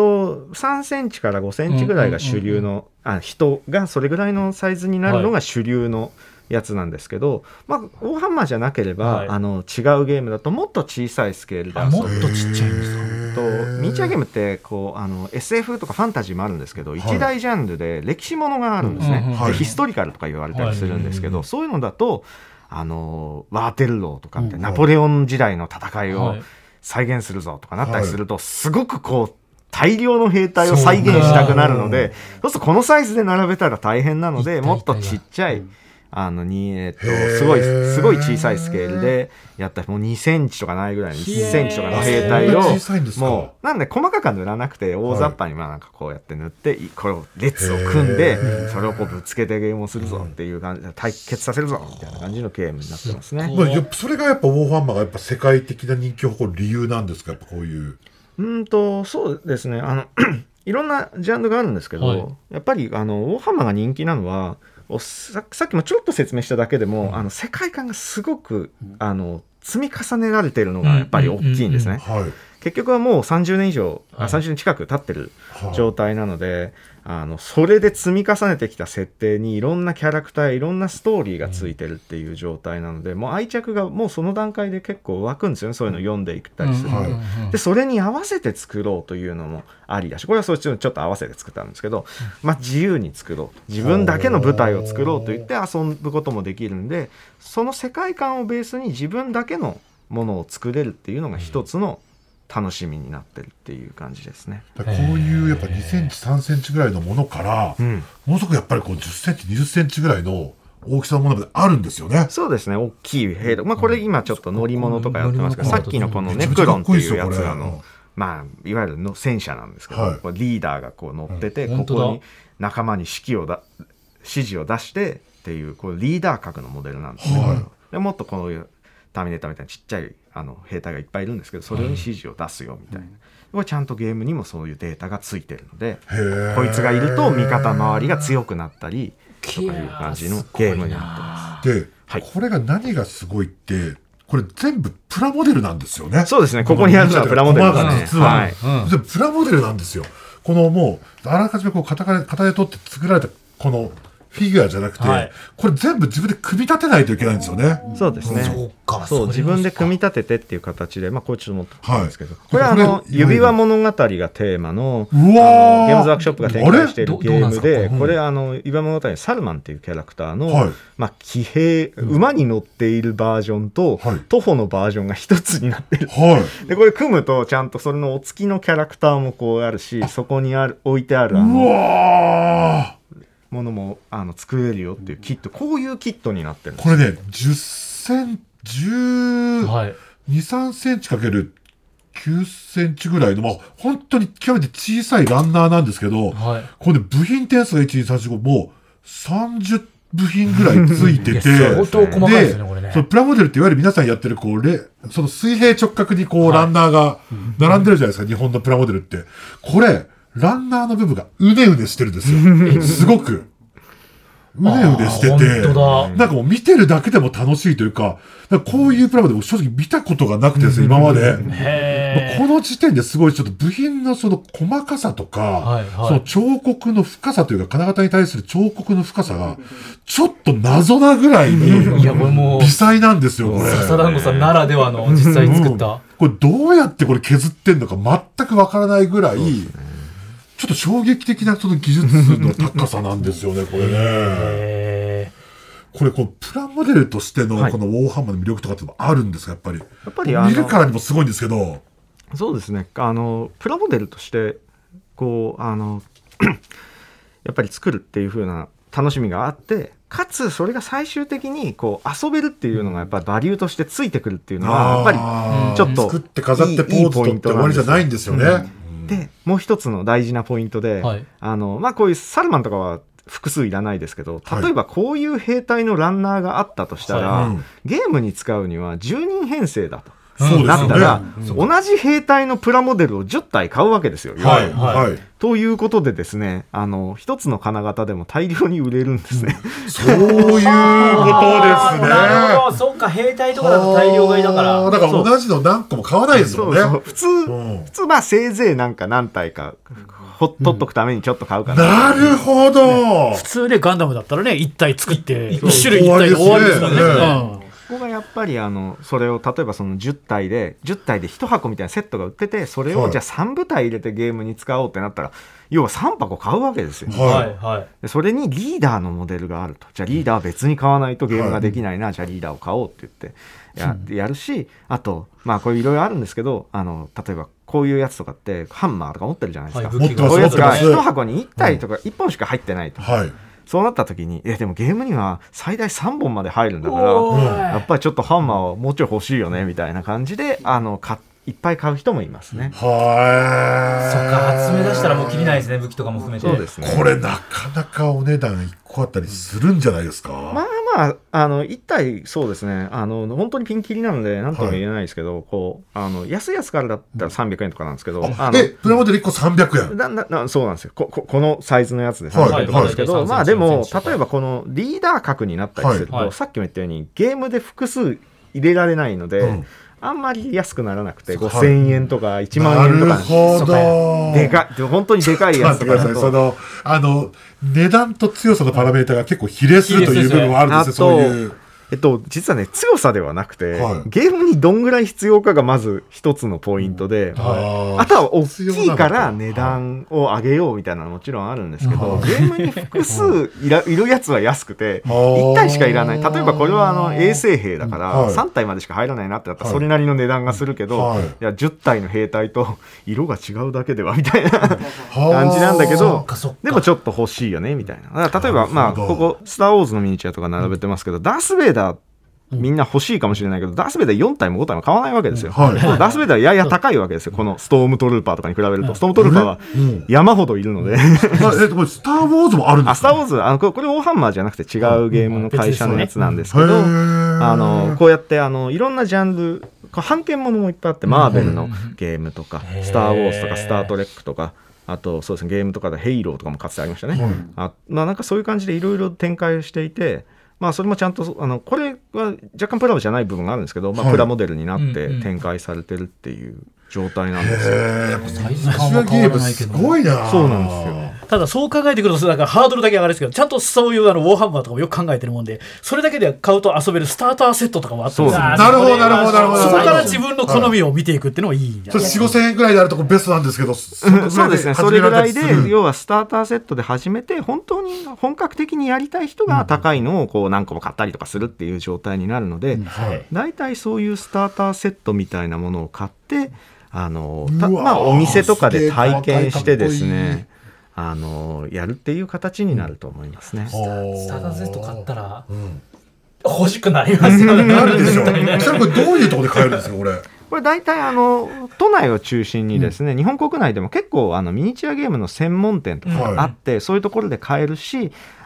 [SPEAKER 4] 3センチから5センチぐらいが主流の、人がそれぐらいのサイズになるのが主流のやつなんですけど、まあウォーハンマーじゃなければ、違うゲームだともっと小さいスケールで遊ぶ。
[SPEAKER 2] もっとちっちゃいんですか。
[SPEAKER 4] ミニチュアゲームってこうSF とかファンタジーもあるんですけど、一大ジャンルで歴史ものがあるんですね。ヒストリカルとか言われたりするんですけど、そういうのだとワーテルローとかってナポレオン時代の戦いを再現するぞとかなったりすると、すごくこう大量の兵隊を再現したくなるので、そうするとこのサイズで並べたら大変なので、もっとちっちゃいすごい小さいスケールでやったもう2センチとかないぐらいの1センチとかの兵隊をもうなんで細かくは塗らなくて大雑把になんかこうやって塗ってこれを列を組んでそれをこうぶつけてゲームをするぞっていう感じで対決させるぞみたいな感じのゲームになってますね。
[SPEAKER 1] それがやっぱウォーハンマーがやっぱ世界的な人気を誇る理由なんですか。やっぱこういう
[SPEAKER 4] そうですねいろんなジャンルがあるんですけど、やっぱりウォーハンマーが人気なのはさっきもちょっと説明しただけでも、世界観がすごく積み重ねられているのがやっぱり大きいんですね。結局はもう30年以上、30年近く経ってる状態なので、それで積み重ねてきた設定にいろんなキャラクターいろんなストーリーがついてるっていう状態なので、もう愛着がもうその段階で結構湧くんですよね。そういうのを読んでいったりすると、でそれに合わせて作ろうというのもありだし、これはそっちのちょっと合わせて作ったんですけど、自由に作ろうと、自分だけの舞台を作ろうと言って遊ぶこともできるんで、その世界観をベースに自分だけのものを作れるっていうのが一つの楽しみになってるっていう感じですね。
[SPEAKER 1] こういうやっぱ2センチ3センチぐらいのものから、ものすごくやっぱりこう10センチ20センチぐらいの大きさのものがあるんですよね。
[SPEAKER 4] そうですね。大きい兵器、これ今ちょっと乗り物とかやってますけど、さっきのこのネクロンっていうやついわゆるの戦車なんですけど、リーダーがこう乗ってて、ここに仲間に指示を出してっていうこうリーダー格のモデルなんですけど、でもっとこういうターミネーターみたいなちっちゃい兵隊がいっぱいいるんですけど、それに指示を出すよみたいな、これちゃんとゲームにもそういうデータがついてるので、こいつがいると味方周りが強くなったりという感じのゲームになってます。
[SPEAKER 1] で、これが何がすごいってこれ全部プラモデルなんですよね。
[SPEAKER 4] そうですね。ここにあるのはプラモデルですね。
[SPEAKER 1] 実は、全部プラモデルなんですよ。このもうあらかじめこう型で取って作られたこのフィギュアじゃなくて、これ全部自分で組み立てないといけないんですよね。
[SPEAKER 4] そうですね。そう自分で組み立ててっていう形で、これちょっと持ってるんですけど、これは指輪物語がテーマのゲームズワークショップが展開しているゲームで、これ指輪物語のサルマンっていうキャラクターの、騎兵馬に乗っているバージョンと、徒歩のバージョンが一つになってる。でこれ組むとちゃんとそれのお付きのキャラクターもこうあるし、そこに置いてあるものも作れるよっていうキット、こういうキットになってるんです
[SPEAKER 1] これね12、13センチかける9センチぐらいの、本当に極めて小さいランナーなんですけど、これね部品点数が1、2、3、4、5もう30 部品ぐらいついてて、
[SPEAKER 3] 相当細かいですね、これね。
[SPEAKER 1] そのプラモデルっていわゆる皆さんやってるその水平直角にランナーが並んでるじゃないですか、日本のプラモデルって。これ、ランナーの部分がうねうねしてるんですよ。すごく。うねうねしてて、なんかもう見てるだけでも楽しいというか、こういうプラモデルを正直見たことがなくてですね、今まで。この時点ですごいちょっと部品のその細かさとか、その彫刻の深さというか、金型に対する彫刻の深さが、ちょっと謎なぐらいに、微細なんですよ、これ。
[SPEAKER 2] 笹団子さんならではの実際作った。
[SPEAKER 1] これどうやってこれ削ってんのか全くわからないぐらい、ちょっと衝撃的なその技術の高さなんですよね、これね。これプラモデルとしてのこのウォーハンマーの魅力とかってあるんですか、やっぱり。見るからにもすごいんですけど。
[SPEAKER 4] そうですね。プラモデルとしてやっぱり作るっていう風な楽しみがあって、かつそれが最終的に遊べるっていうのがやっぱりバリューとしてついてくるっていうのはやっぱりちょっと
[SPEAKER 1] 作って飾ってポーズ取って終わりじゃないんですよね。
[SPEAKER 4] でもう一つの大事なポイントで、こういうサルマンとかは複数いらないですけど、例えばこういう兵隊のランナーがあったとしたら、ゲームに使うには10人編成だと。なったら、同じ兵隊のプラモデルを10体買うわけですよ。ということでですね、一つの金型でも大量に売れるんですね。
[SPEAKER 1] そういうことですね。
[SPEAKER 2] なるほど、そっか、兵隊とかだと大量買いだから。
[SPEAKER 1] だから同じの何個も買わないですもんね。
[SPEAKER 4] 普通せいぜいなんか何体か取っとくためにちょっと買うか
[SPEAKER 1] な。なるほど。
[SPEAKER 3] 普通ね、ガンダムだったらね、1体作って1種類1体で終わりですからね。
[SPEAKER 4] ここがやっぱりそれを例えばその10体で1箱みたいなセットが売ってて、それをじゃあ3部隊入れてゲームに使おうってなったら、要は3箱買うわけですよ。でそれにリーダーのモデルがあると、じゃあリーダーは別に買わないとゲームができないな、じゃあリーダーを買おうって言ってやるし、あとこれいろいろあるんですけど、例えばこういうやつとかってハンマーとか持ってるじゃないですか。こういうやつが1箱に1体とか1本しか入ってないと。そうなった時に、でもゲームには最大3本まで入るんだから、やっぱりちょっとハンマーはもうちょい欲しいよねみたいな感じでいっぱい買う人もいますね。
[SPEAKER 2] そっか、集め出したらもう切りないですね、武器とかも含めて。
[SPEAKER 4] そうですね。
[SPEAKER 1] これなかなかお値段1個あったりするんじゃないですか。
[SPEAKER 4] 1体そうですね、本当にピンキリなので何とも言えないですけど、安いやつからだったら300円とかなんですけど、
[SPEAKER 1] プラモデル1個300
[SPEAKER 4] 円。そうなんですよ。このサイズのやつで300円とかですけど、でも例えばこのリーダー格になったりすると、さっきも言ったようにゲームで複数入れられないので、あんまり安くならなくて5000円とか1万円とか、
[SPEAKER 1] なるほど。
[SPEAKER 4] 本当にでかいやつとかだと
[SPEAKER 1] 値段と強さのパラメータが結構比例するという部分はあるんですね。そういう
[SPEAKER 4] 実はね、強さではなくて、ゲームにどんぐらい必要かがまず一つのポイントで、あとは大きいから値段を上げようみたいなのもちろんあるんですけど、ゲームに複数いるやつは安くて1体しかいらない。例えばこれは衛生兵だから3体までしか入らないなってなったらそれなりの値段がするけど、いや10体の兵隊と色が違うだけではみたいな感じなんだけど、でもちょっと欲しいよねみたいな。例えばここスター・ウォーズのミニチュアとか並べてますけど、ダース・ベイダーみんな欲しいかもしれないけど、ダースベイダー4体も5体も買わないわけですよ。ダースベイダーやや高いわけですよ。このストームトルーパーとかに比べると、ストームトルーパーは山ほどいるので。
[SPEAKER 1] スター・ウォーズもあるんですか？
[SPEAKER 4] スター・ウォーズ、これウォーハンマーじゃなくて違うゲームの会社のやつなんですけど、こうやっていろんなジャンル、版権ものもいっぱいあって、マーベルのゲームとか、スター・ウォーズとかスター・トレックとか、あとそうですね、ゲームとかでヘイローとかもかつてありましたね。なんかそういう感じでいろいろ展開していて、それもちゃんとこれは若干プラモじゃない部分があるんですけど、プラモデルになって展開されてるっていう状態なんですよ。
[SPEAKER 2] サイズ感は変わらないけど、
[SPEAKER 1] すごいな。
[SPEAKER 4] そうなんですよ。
[SPEAKER 3] ただそう考えてくると、だからハードルだけ上がるんですけど、ちゃんとそういうウォーハンマーとかもよく考えてるもんで、それだけで買うと遊べるスターターセットとかもあって、
[SPEAKER 1] なるほどなるほどなるほど。
[SPEAKER 3] そこから自分の好みを見ていくっていうのもいいんじゃないですか。
[SPEAKER 1] 4、5千円ぐらいであるとこベストなんですけど、
[SPEAKER 4] そうですね。それぐらいで要はスターターセットで始めて、本当に本格的にやりたい人が高いのを何個も買ったりとかするっていう状態になるので、だいたいそういうスターターセットみたいなものを買って、お店とかで体験してですね、やるっていう形になると思いますね。
[SPEAKER 2] スターターセット買ったら欲しくなりますよね。
[SPEAKER 1] なるでしょ。それこれどういうところで買えるんですか、これ。
[SPEAKER 4] これ大体都内を中心にですね、日本国内でも結構ミニチュアゲームの専門店とかあって、そういうところで買えるし、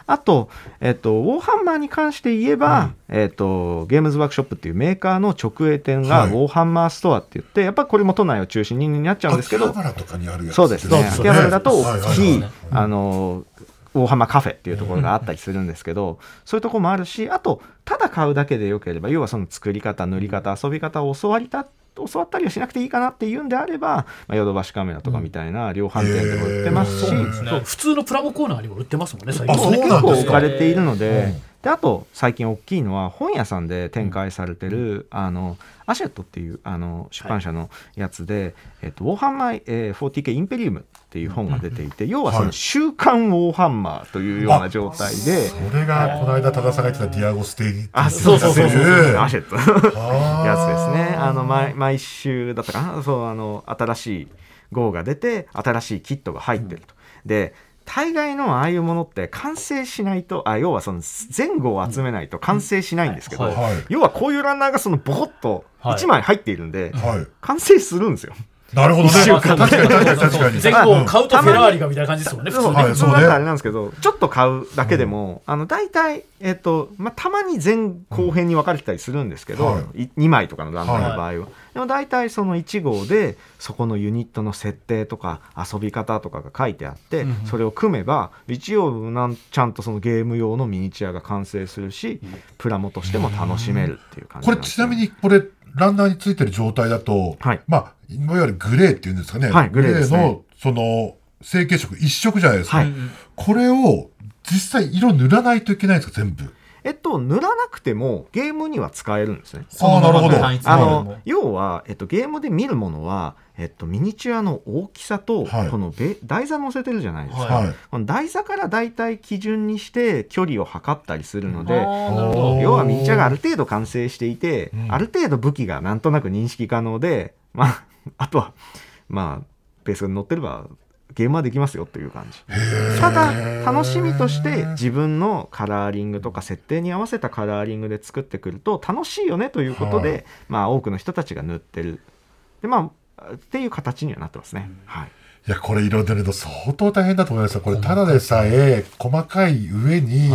[SPEAKER 4] あと、ウォーハンマーに関して言えば、ゲームズワークショップっていうメーカーの直営店がウォーハンマーストアって言って、やっぱりこれも都内を中心になっちゃうんですけど、
[SPEAKER 1] 秋葉原とかにあるやつ、
[SPEAKER 4] そうですね、秋葉原だと大きい、ウォーハンマーカフェっていうところがあったりするんですけど、そういうところもあるし、あとただ買うだけでよければ、要はその作り方、塗り方、遊び方を教わったりはしなくていいかなっていうんであれば、ヨドバシカメラとかみたいな量販店でも売ってますし、
[SPEAKER 3] 普通のプラモコーナーにも売ってますもんね、最
[SPEAKER 1] 近。
[SPEAKER 3] 近
[SPEAKER 1] 結
[SPEAKER 4] 構置かれているので、であと最近大きいのは本屋さんで展開されてる、アシェットっていう出版社のやつで、ウォーハンマー、40K インペリウムっていう本が出ていて、要はその週刊ウォーハンマーというような状態で、
[SPEAKER 1] それがこの間多田さんが言ってたディアゴステーニ、
[SPEAKER 4] そうアシェットやつですね。毎週だったかな、新しい号が出て新しいキットが入ってると。で大概のああいうものって完成しないと、要はその前後を集めないと完成しないんですけど、要はこういうランナーがそのボコッと1枚入っているんで、完成するんですよ。
[SPEAKER 1] なるほどね。確かに。
[SPEAKER 3] 前後を買うとフェラーリがみたいな感じですもんね。普通に。
[SPEAKER 4] 普通だったらあれなんですけど、ちょっと買うだけでも、大体たまに前後編に分かれてたりするんですけど、2枚とかのランナーの場合は。でも大体その1号でそこのユニットの設定とか遊び方とかが書いてあって、それを組めば一応ちゃんとそのゲーム用のミニチュアが完成するし、プラモとしても楽しめるっていう感じなんです。
[SPEAKER 1] これちなみにこれランナーについてる状態だと、いわゆるグレーっていうんですかね、グレーのその成型色一色じゃないですか、これを実際色塗らないといけないんですか、全部。
[SPEAKER 4] 塗らなくてもゲームには使えるんですね。
[SPEAKER 1] なるほど。
[SPEAKER 4] 要は、ゲームで見るものは、ミニチュアの大きさと、この台座載せてるじゃないですか、この台座からだいたい基準にして距離を測ったりするので、要はミニチュアがある程度完成していて、ある程度武器がなんとなく認識可能で、あとはベースが乗ってればゲームはできますよという感じ。ただ楽しみとして自分のカラーリングとか設定に合わせたカラーリングで作ってくると楽しいよねということで、多くの人たちが塗ってるで、っていう形にはなってますね。
[SPEAKER 1] いやこれ色塗るの相当大変だと思いますよ。これただでさえ細かい上に、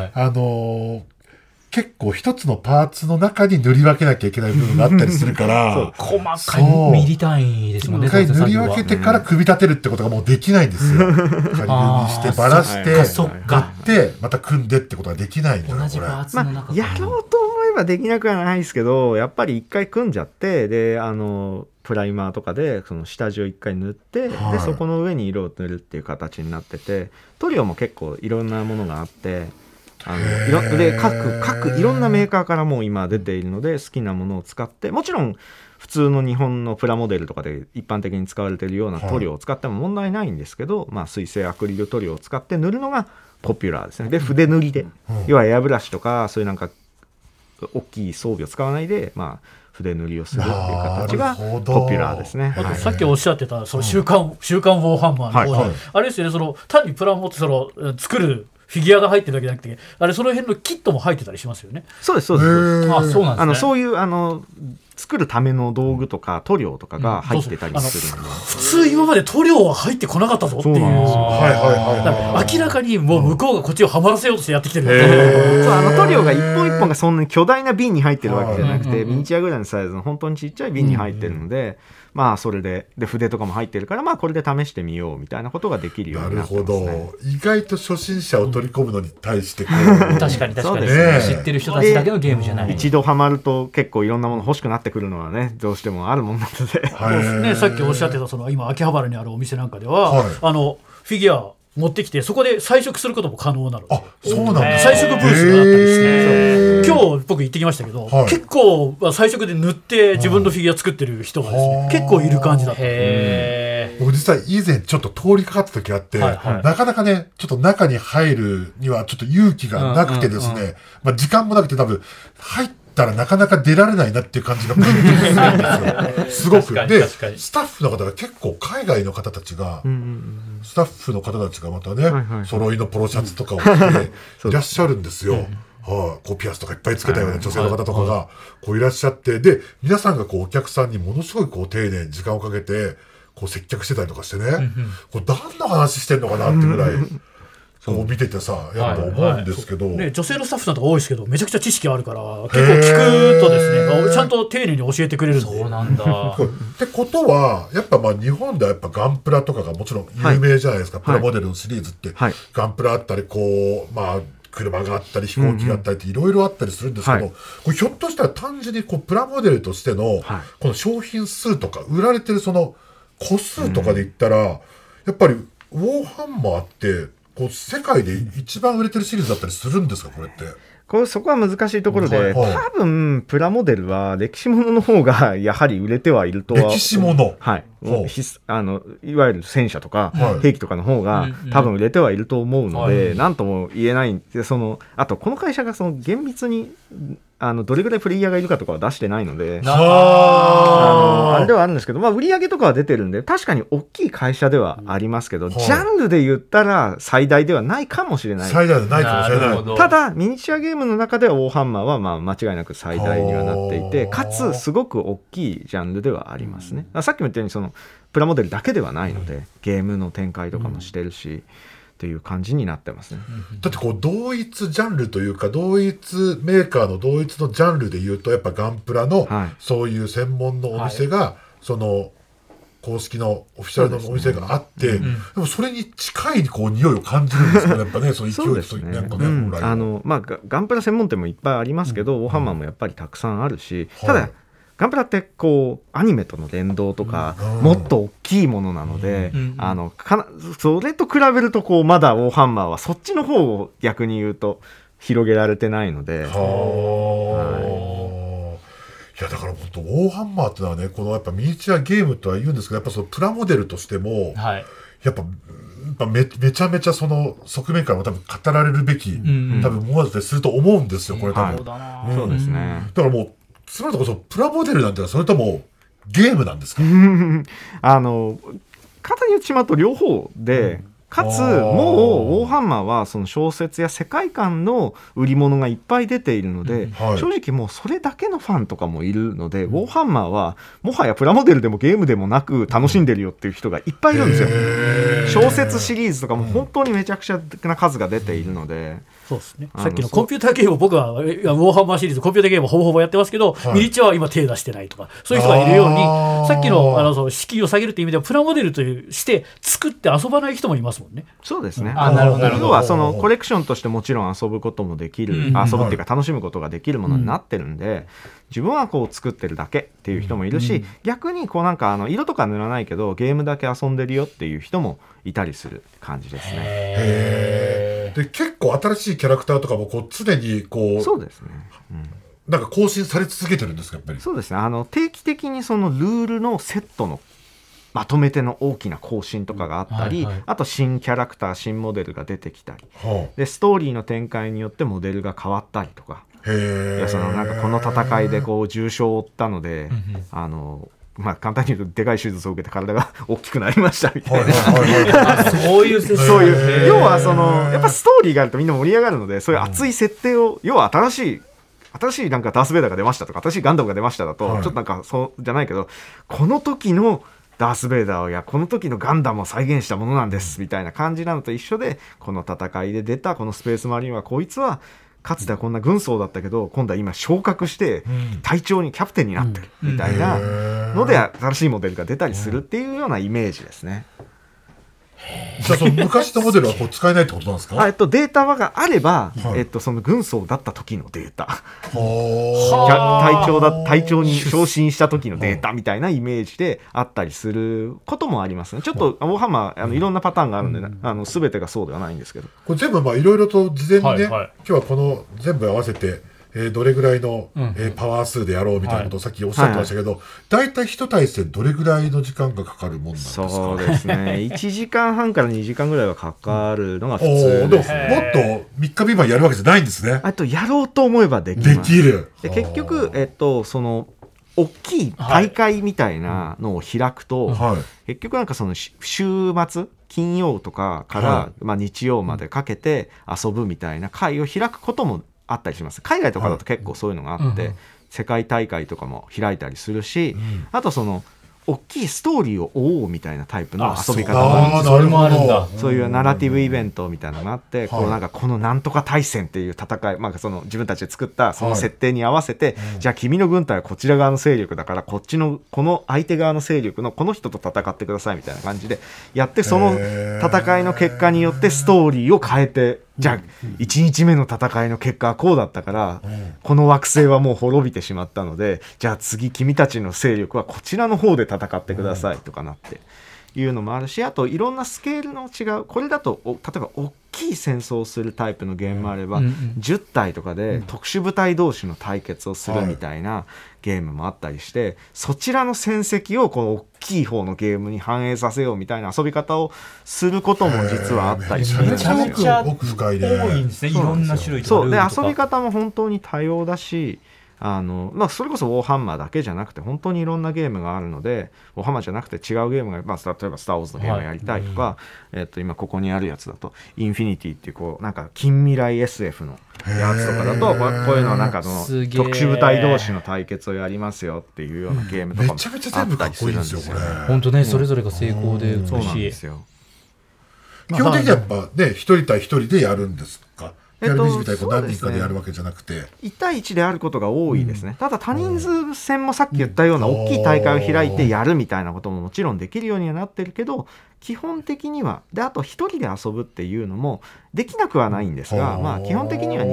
[SPEAKER 1] 結構一つのパーツの中に塗り分けなきゃいけない部分があったりするから
[SPEAKER 2] 細かいミリ単位ですもんね。
[SPEAKER 1] 一回塗り分けてから組み立てるってことがもうできないんですよ。仮塗りしてばらして塗ってまた組んでってことができないんだよ。
[SPEAKER 2] 同じパーツの中
[SPEAKER 4] やろうと思えばできなくはないですけど、やっぱり一回組んじゃって、でプライマーとかでその下地を一回塗って、でそこの上に色を塗るっていう形になってて、塗料も結構いろんなものがあって、で各いろんなメーカーからもう今出ているので、好きなものを使って、もちろん普通の日本のプラモデルとかで一般的に使われているような塗料を使っても問題ないんですけど、水性アクリル塗料を使って塗るのがポピュラーですね。で筆塗りで、要はエアブラシとかそういうなんか大きい装備を使わないで、筆塗りをするっていう形がポピュラーですね。
[SPEAKER 3] あとさっきおっしゃってたその週刊ウォーハンマーの方で、あれですよね、その単にプラモって作るフィギュアが入ってるだけじゃなくて、その辺のキットも入ってたりしますよね。
[SPEAKER 4] そうですそうです。
[SPEAKER 2] そうなんですね。
[SPEAKER 4] そういう作るための道具とか塗料とかが入ってたりするので、
[SPEAKER 3] 普通今まで塗料は入ってこなかったぞっていう、明らかにもう向こうがこっちをはまらせようとしてやってきてる。
[SPEAKER 4] 塗料が一本一本がそんなに巨大な瓶に入ってるわけじゃなくて、ミニチュアぐらいのサイズの本当にちっちゃい瓶に入ってるので、それで筆とかも入ってるから、これで試してみようみたいなことができるようになってますね。
[SPEAKER 1] なるほど。意外と初心者を取り込むのに対して
[SPEAKER 2] 確かに知ってる人たちだけのゲームじゃない。
[SPEAKER 4] 一度ハマると結構いろんなもの欲しくなってくるのはね、どうしてもあるもんなので、
[SPEAKER 3] さっきおっしゃってた今秋葉原にあるお店なんかでは、フィギュア持ってきてそこで彩色することも可能なので、
[SPEAKER 1] そうなんだ。
[SPEAKER 3] 彩色ブースがあったりして、今日僕行ってきましたけど、結構彩色で塗って自分のフィギュア作ってる人がですね、結構いる感じだった。
[SPEAKER 1] 僕実際以前ちょっと通りかかった時あって、なかなかねちょっと中に入るにはちょっと勇気がなくてですね、時間もなくて多分入ったらなかなか出られないなっていう感じがプンとするんですよ。すごく。でスタッフの方が結構海外の方たちが、スタッフの方たちがまたね、揃いのポロシャツとかを着ていらっしゃるんですよ。ピアスとかいっぱいつけたような女性の方とかがこういらっしゃって、で皆さんがお客さんにものすごい丁寧に時間をかけて接客してたりとかしてね、何の話してんのかなってぐらいそう見ててさやっぱ思うんですけど、
[SPEAKER 3] ね、女性のスタッフさんとか多いですけどめちゃくちゃ知識あるから結構聞くとですねちゃんと丁寧に教えてくれるんで。
[SPEAKER 2] そうなんだ
[SPEAKER 1] ってことはやっぱ日本ではやっぱガンプラとかがもちろん有名じゃないですか、プラモデルのシリーズって、ガンプラあったり車があったり飛行機があったりっていろいろあったりするんですけど、これひょっとしたら単純にプラモデルとしてのこの商品数とか売られてるその個数とかで言ったら、やっぱりウォーハンマーって世界で一番売れてるシリーズだったりするんですか、これって。
[SPEAKER 4] そこは難しいところで、多分プラモデルは歴史ものの方がやはり売れてはいるとは。
[SPEAKER 1] 歴史もの、
[SPEAKER 4] いわゆる戦車とか兵器とかの方が多分売れてはいると思うので、何とも言えないんで、あとこの会社が厳密にどれぐらいプレイヤーがいるかとかは出してないので、あれではあるんですけど、売り上げとかは出てるんで確かに大きい会社ではありますけど、ジャンルで言ったら最大ではないかもしれない。
[SPEAKER 1] 最大ではないかもしれない。
[SPEAKER 4] ただミニチュアゲームの中ではウォーハンマーは間違いなく最大にはなっていて、かつすごく大きいジャンルではありますね。さっきも言ったようにプラモデルだけではないので、ゲームの展開とかもしてるし、っていう感じになってますね。
[SPEAKER 1] だって同一ジャンルというか同一メーカーの同一のジャンルでいうとやっぱガンプラのそういう専門のお店がその公式のオフィシャルのお店があって、でもそれに近い匂いを感じるんですかね、やっぱね、そういう勢いというかね、本来
[SPEAKER 4] ガンプラ専門店もいっぱいありますけど、ウォーハンマーもやっぱりたくさんあるし、ただガンプラってアニメとの連動とか、もっと大きいものなので、それと比べるとまだウォーハンマーはそっちの方を逆に言うと広げられてないので。
[SPEAKER 1] いやだから本当ウォーハンマーってのはね、やっぱミニチュアゲームとは言うんですけど、やっぱプラモデルとしても、やっぱめちゃめちゃその側面からも多分語られるべき、多分ものだったりすると思うんですよ、これ多分。
[SPEAKER 4] そうですね。
[SPEAKER 1] だからもうつまりこそプラモデルなんてそれともゲームなんですか？
[SPEAKER 4] 簡単に言ってしまうと両方で、かつもうウォーハンマーはその小説や世界観の売り物がいっぱい出ているので、正直もうそれだけのファンとかもいるので、ウォーハンマーはもはやプラモデルでもゲームでもなく楽しんでるよっていう人がいっぱいいるんですよ。小説シリーズとかも本当にめちゃくちゃな数が出ているので。
[SPEAKER 3] そうですね、さっきのコンピューターゲーム、僕はウォーハンマーシリーズコンピューターゲームほぼほぼやってますけど、ミニチュアは今手出してないとか、そういう人がいるように、さっきの敷居を下げるという意味ではプラモデルとして作って遊ばない人もいますもんね。
[SPEAKER 4] そうですね。
[SPEAKER 2] なるほど。
[SPEAKER 4] 要はコレクションとしてもちろん遊ぶこともできる、遊ぶっていうか楽しむことができるものになってるんで、自分は作ってるだけっていう人もいるし、逆に色とか塗らないけどゲームだけ遊んでるよっていう人もいたりする感じですね。
[SPEAKER 1] で結構新しいキャラクターとかも常に
[SPEAKER 4] そうですね、
[SPEAKER 1] なんか更新され続けてるんですか、やっぱり。
[SPEAKER 4] そうですね。定期的にそのルールのセットのまとめての大きな更新とかがあったり、あと新キャラクター新モデルが出てきたり、でストーリーの展開によってモデルが変わったりとか、なんかこの戦いで重傷を負ったので、簡単に言うとでかい手術を受けて体が大きくなりましたみたいな、
[SPEAKER 2] そういう
[SPEAKER 4] 要はやっぱストーリーがあるとみんな盛り上がるので、そういう熱い設定を、要は新しいなんかダースベイダーが出ましたとか新しいガンダムが出ましただと、ちょっとなんかそうじゃないけど、この時のダースベイダーやこの時のガンダムを再現したものなんですみたいな感じなのと一緒で、この戦いで出たこのスペースマリンはこいつはかつてはこんな軍曹だったけど今度は今昇格して隊長にキャプテンになってるみたいなので新しいモデルが出たりするっていうようなイメージですね。
[SPEAKER 1] じゃあその昔のモデルは使えないってことなんですか？
[SPEAKER 4] データがあれば、その軍曹だった時のデータ、隊長に昇進した時のデータみたいなイメージであったりすることもありますね。ちょっとウォーハンマーいろんなパターンがあるんで、全てがそうではないんですけど、
[SPEAKER 1] これ全部いろいろと事前にね、今日はこの全部合わせてどれぐらいの、パワー数でやろうみたいなことをさっきおっしゃってましたけど、大体一対戦どれぐらいの時間がかかるもんなんですか？
[SPEAKER 4] そうですね1時間半から2時間ぐらいはかかるのが普通ですね。
[SPEAKER 1] もっと3日未満やるわけじゃないんですね。
[SPEAKER 4] やろうと思えばできます。
[SPEAKER 1] できる。
[SPEAKER 4] で結局、その大きい大会みたいなのを開くと、結局なんかその週末金曜とかから、日曜までかけて遊ぶみたいな会を開くこともあったりします。海外とかだと結構そういうのがあって、世界大会とかも開いたりするし、あとその大きいストーリーを追おうみたいなタイプの遊び方
[SPEAKER 2] もある。それもあるんだ。
[SPEAKER 4] そういうナラティブイベントみたいなのがあって、こうなんかこのなんとか大戦っていう戦い、まあ、その自分たちで作ったその設定に合わせて、じゃあ君の軍隊はこちら側の勢力だからこっちのこの相手側の勢力のこの人と戦ってくださいみたいな感じでやって、その戦いの結果によってストーリーを変えて、じゃあ1日目の戦いの結果はこうだったから、この惑星はもう滅びてしまったので、じゃあ次君たちの勢力はこちらの方で戦ってくださいとかなっていうのもあるし、あといろんなスケールの違う、これだと例えば大きい戦争をするタイプのゲームもあれば、10体とかで特殊部隊同士の対決をするみたいなゲームもあったりして、そちらの戦績をこの大きい方のゲームに反映させようみたいな遊び方をすることも実はあったりするんですよ。
[SPEAKER 2] めちゃめちゃ多いんですね。いろんな種類とかルールとか。
[SPEAKER 4] そうで、遊び方も本当に多様だし、まあ、それこそウォーハンマーだけじゃなくて本当にいろんなゲームがあるので、ウォーハンマーじゃなくて違うゲームが、まあ、例えばスター・ウォーズのゲームをやりたいとか、今ここにあるやつだとインフィニティっていうこうなんか近未来 SF のやつとかだと、こういうのなんかその特殊部隊同士の対決をやりますよっていうようなゲームとかもあったりするんですよね。
[SPEAKER 2] 本当ね、それぞれが成功で美しい。
[SPEAKER 4] そうなんですよ。
[SPEAKER 1] 基本的にはやっぱね、一人対一人でやるんですか。RPG みたいに何人かでやるわけじゃなくて、
[SPEAKER 4] 1対1であることが多いですね。ただ多人数戦もさっき言ったような大きい大会を開いてやるみたいなことももちろんできるようにはなってるけど、基本的にはで、あと1人で遊ぶっていうのもできなくはないんですが、まあ基本的には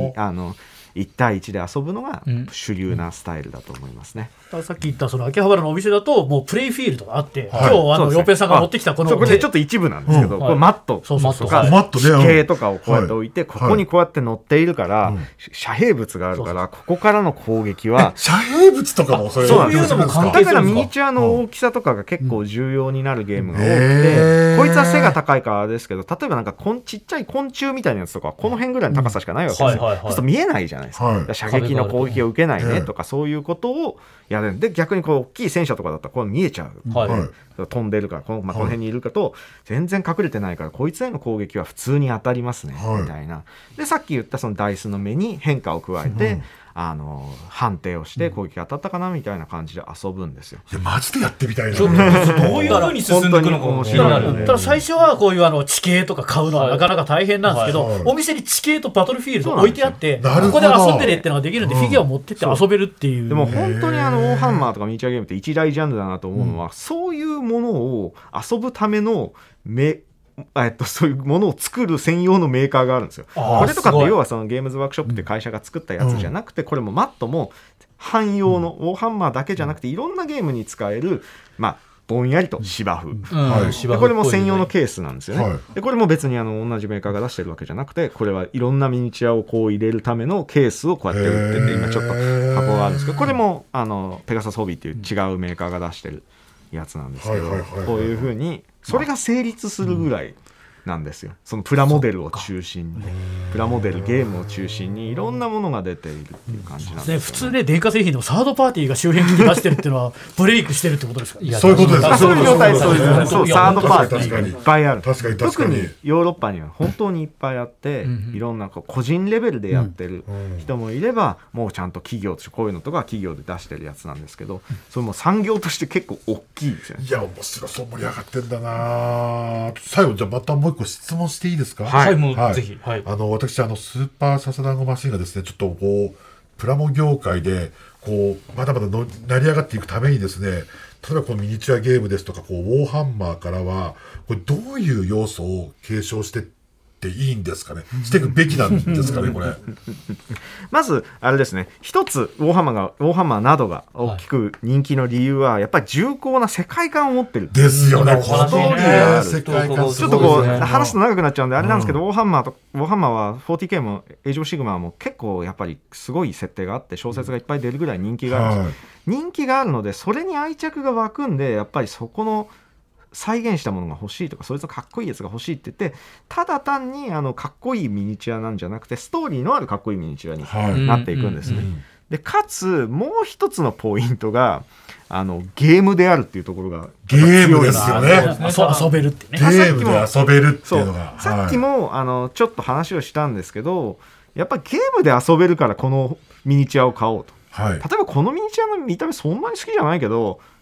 [SPEAKER 4] 1対1で遊ぶのが主流なスタイルだと思いますね。
[SPEAKER 3] さっき言ったその秋葉原のお店だともうプレイフィールドがあって、今日ヨーペンさんが持ってきたこの
[SPEAKER 4] これちょっと一部なんですけど、これマットとか地形とかをこうやって置いて、ここにこうやって乗っているから遮蔽物があるから、ここからの攻撃は
[SPEAKER 1] 遮蔽物とかもそういうのも関係するんですか。
[SPEAKER 4] だからミニチュアの大きさとかが結構重要になるゲームが多くて、こいつは背が高いからですけど、例えばなんかちっちゃい昆虫みたいなやつとかこの辺ぐらいの高さしかないわけですよ。そうすると見えないじゃないですか。射撃の攻撃を受けないねとか、そういうことをやるんで、逆にこう大きい戦車とかだったらこれ見えちゃう、飛んでるからこの辺にいるかと全然隠れてないから、こいつへの攻撃は普通に当たりますねみたいな。でさっき言ったそのダイスの目に変化を加えて、判定をして攻撃が当たったかなみたいな感じで遊ぶんですよ。
[SPEAKER 1] いやマジでやってみたいな。
[SPEAKER 2] どういう風に進んでいくのか面白い。
[SPEAKER 3] ただ最初はこういう地形とか買うのはなかなか大変なんですけど、お店に地形とバトルフィールド置いてあって、ここで遊んでねってのができるんで、フィギュアを持ってって遊べるっていう。
[SPEAKER 4] でも本当にウォーハンマーとかミニチュアゲームって一大ジャンルだなと思うのは、そういうものを遊ぶためのそういうものを作る専用のメーカーがあるんですよ。これとかって要はそのゲームズワークショップって会社が作ったやつじゃなくて、これもマットも汎用のウォーハンマーだけじゃなくていろんなゲームに使える、まあぼんやりと芝生、でこれも専用のケースなんですよね。でこれも別に同じメーカーが出してるわけじゃなくて、これはいろんなミニチュアをこう入れるためのケースをこうやって売ってて、今ちょっと箱があるんですけど、これもペガサスホビーっていう違うメーカーが出してるやつなんですけど、こういうふうにそれが成立するぐらいなんですよ。そのプラモデルを中心に、プラモデルゲームを中心にいろんなものが出ているっていう感じなんですよね。
[SPEAKER 3] 普通ね、電化製品でもサードパーティーが周辺機器出してるっていうのはブレイクしてるってことですか。
[SPEAKER 1] そういうことです。
[SPEAKER 4] そういう状態です。そう、サードパーティーがいっぱいある。
[SPEAKER 1] 特
[SPEAKER 4] にヨーロッパには本当にいっぱいあって、いろんな個人レベルでやってる人もいれば、もうちゃんと企業としてこういうのとか企業で出してるやつなんですけど、それも産業として結構大きいですよね。
[SPEAKER 1] いや面白そう、盛り上がってんだな。最後じゃあまたもう一個質問していいですか。
[SPEAKER 2] はい、もうぜひ。
[SPEAKER 1] 私スーパーササダンゴマシンがですね、ちょっとこうプラモ業界でこうまだまだ成り上がっていくためにですね、例えばこのミニチュアゲームですとかこうウォーハンマーからはこれどういう要素を継承してっていいんですかね、していくべきなんですかねこれ。
[SPEAKER 4] まずあれですね、一つウォーハンマーなどが大きく人気の理由は、やっぱり重厚な世界観を持ってる
[SPEAKER 1] ですよね。
[SPEAKER 4] ストーリーがある。ちょっとこう話すと長くなっちゃうんであれなんですけど、ウォーハンマーは 40K もエイジオブシグマも結構やっぱりすごい設定があって、小説がいっぱい出るぐらい人気があるんです。人気があるのでそれに愛着が湧くんで、やっぱりそこの再現したものが欲しいとか、そいつのかっこいいやつが欲しいって言って、ただ単にかっこいいミニチュアなんじゃなくて、ストーリーのあるかっこいいミニチュアになっていくんですね。でかつもう一つのポイントがゲームであるっていうところが
[SPEAKER 1] ゲームですよね。
[SPEAKER 3] 遊べるってね。
[SPEAKER 1] ゲームで遊べるっていうのが、
[SPEAKER 4] さっきもちょっと話をしたんですけど、やっぱりゲームで遊べるからこのミニチュアを買おうと。例えばこのミニチュアの見た目そんなに好きじゃないけど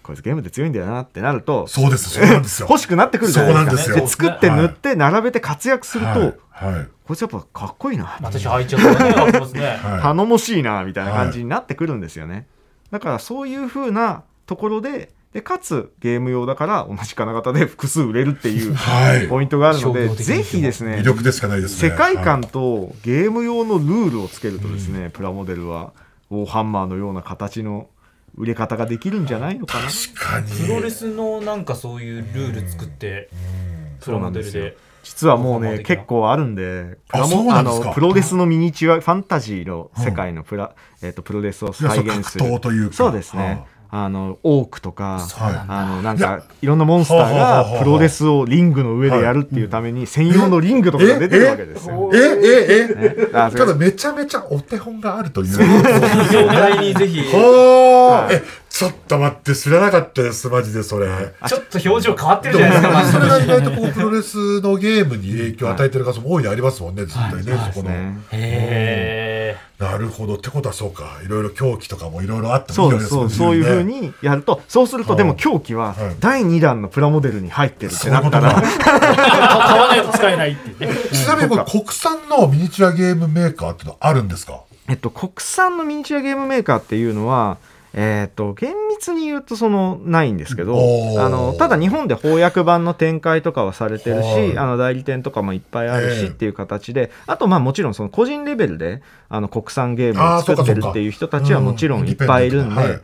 [SPEAKER 4] こいつゲームで強いんだよなってなると、
[SPEAKER 1] そうなんですよ
[SPEAKER 4] 欲しくなってくるじゃないですか。
[SPEAKER 1] そうなん
[SPEAKER 4] ですよ。作って塗って並べて活躍すると、
[SPEAKER 1] はい
[SPEAKER 4] こいつやっぱかっこいいな、
[SPEAKER 2] 私入っちゃったね、ありますね。
[SPEAKER 4] 頼もしいなみたいな感じになってくるんですよね。だからそういう風なところでかつゲーム用だから同じ金型で複数売れるっていうポイントがあるので、ぜひですね、
[SPEAKER 1] 魅力でしかないですね。
[SPEAKER 4] 世界観とゲーム用のルールをつけるとですね、プラモデルはウォーハンマーのような形の売れ方ができるんじゃないのかな。
[SPEAKER 1] 確かに
[SPEAKER 2] プロレスのなんかそういうルール作ってプラモデルで
[SPEAKER 4] 実はもうね結構あるんで、プロレスのミニチュアファンタジーの世界のプロレスを再現する、そうですね、オークとか、なんかいろんなモンスターがプロレスをリングの上でやるっていうために専用のリングとかが出てるわけですよ。
[SPEAKER 1] ただめちゃめちゃお手本があるという
[SPEAKER 2] 状態にぜひ
[SPEAKER 1] ちょっと待って、知らなかったです、マジでそれ。
[SPEAKER 2] ちょっと表情変わってるじゃないですか。
[SPEAKER 1] それが意外とこうプロレスのゲームに影響を与えてる方も大いにありますもんね、絶対ね、そこの。なるほど。ってことはそうか、いろいろ狂気とかもいろいろあってもいいわけですね。
[SPEAKER 4] そういうふうにやると、そうするとでも狂気は第2弾のプラモデルに入ってるってなったら
[SPEAKER 3] 買わないと使えないっていうね。
[SPEAKER 1] ちなみにこれ国産のミニチュアゲームメーカーってのはあるんですか？
[SPEAKER 4] 国産のミニチュアゲームメーカーっていうのは厳密に言うとないんですけど、ただ日本で翻訳版の展開とかはされてるし、代理店とかもいっぱいあるしっていう形で、あともちろん個人レベルで国産ゲームを作ってるっていう人たちはもちろんいっぱいいるんで、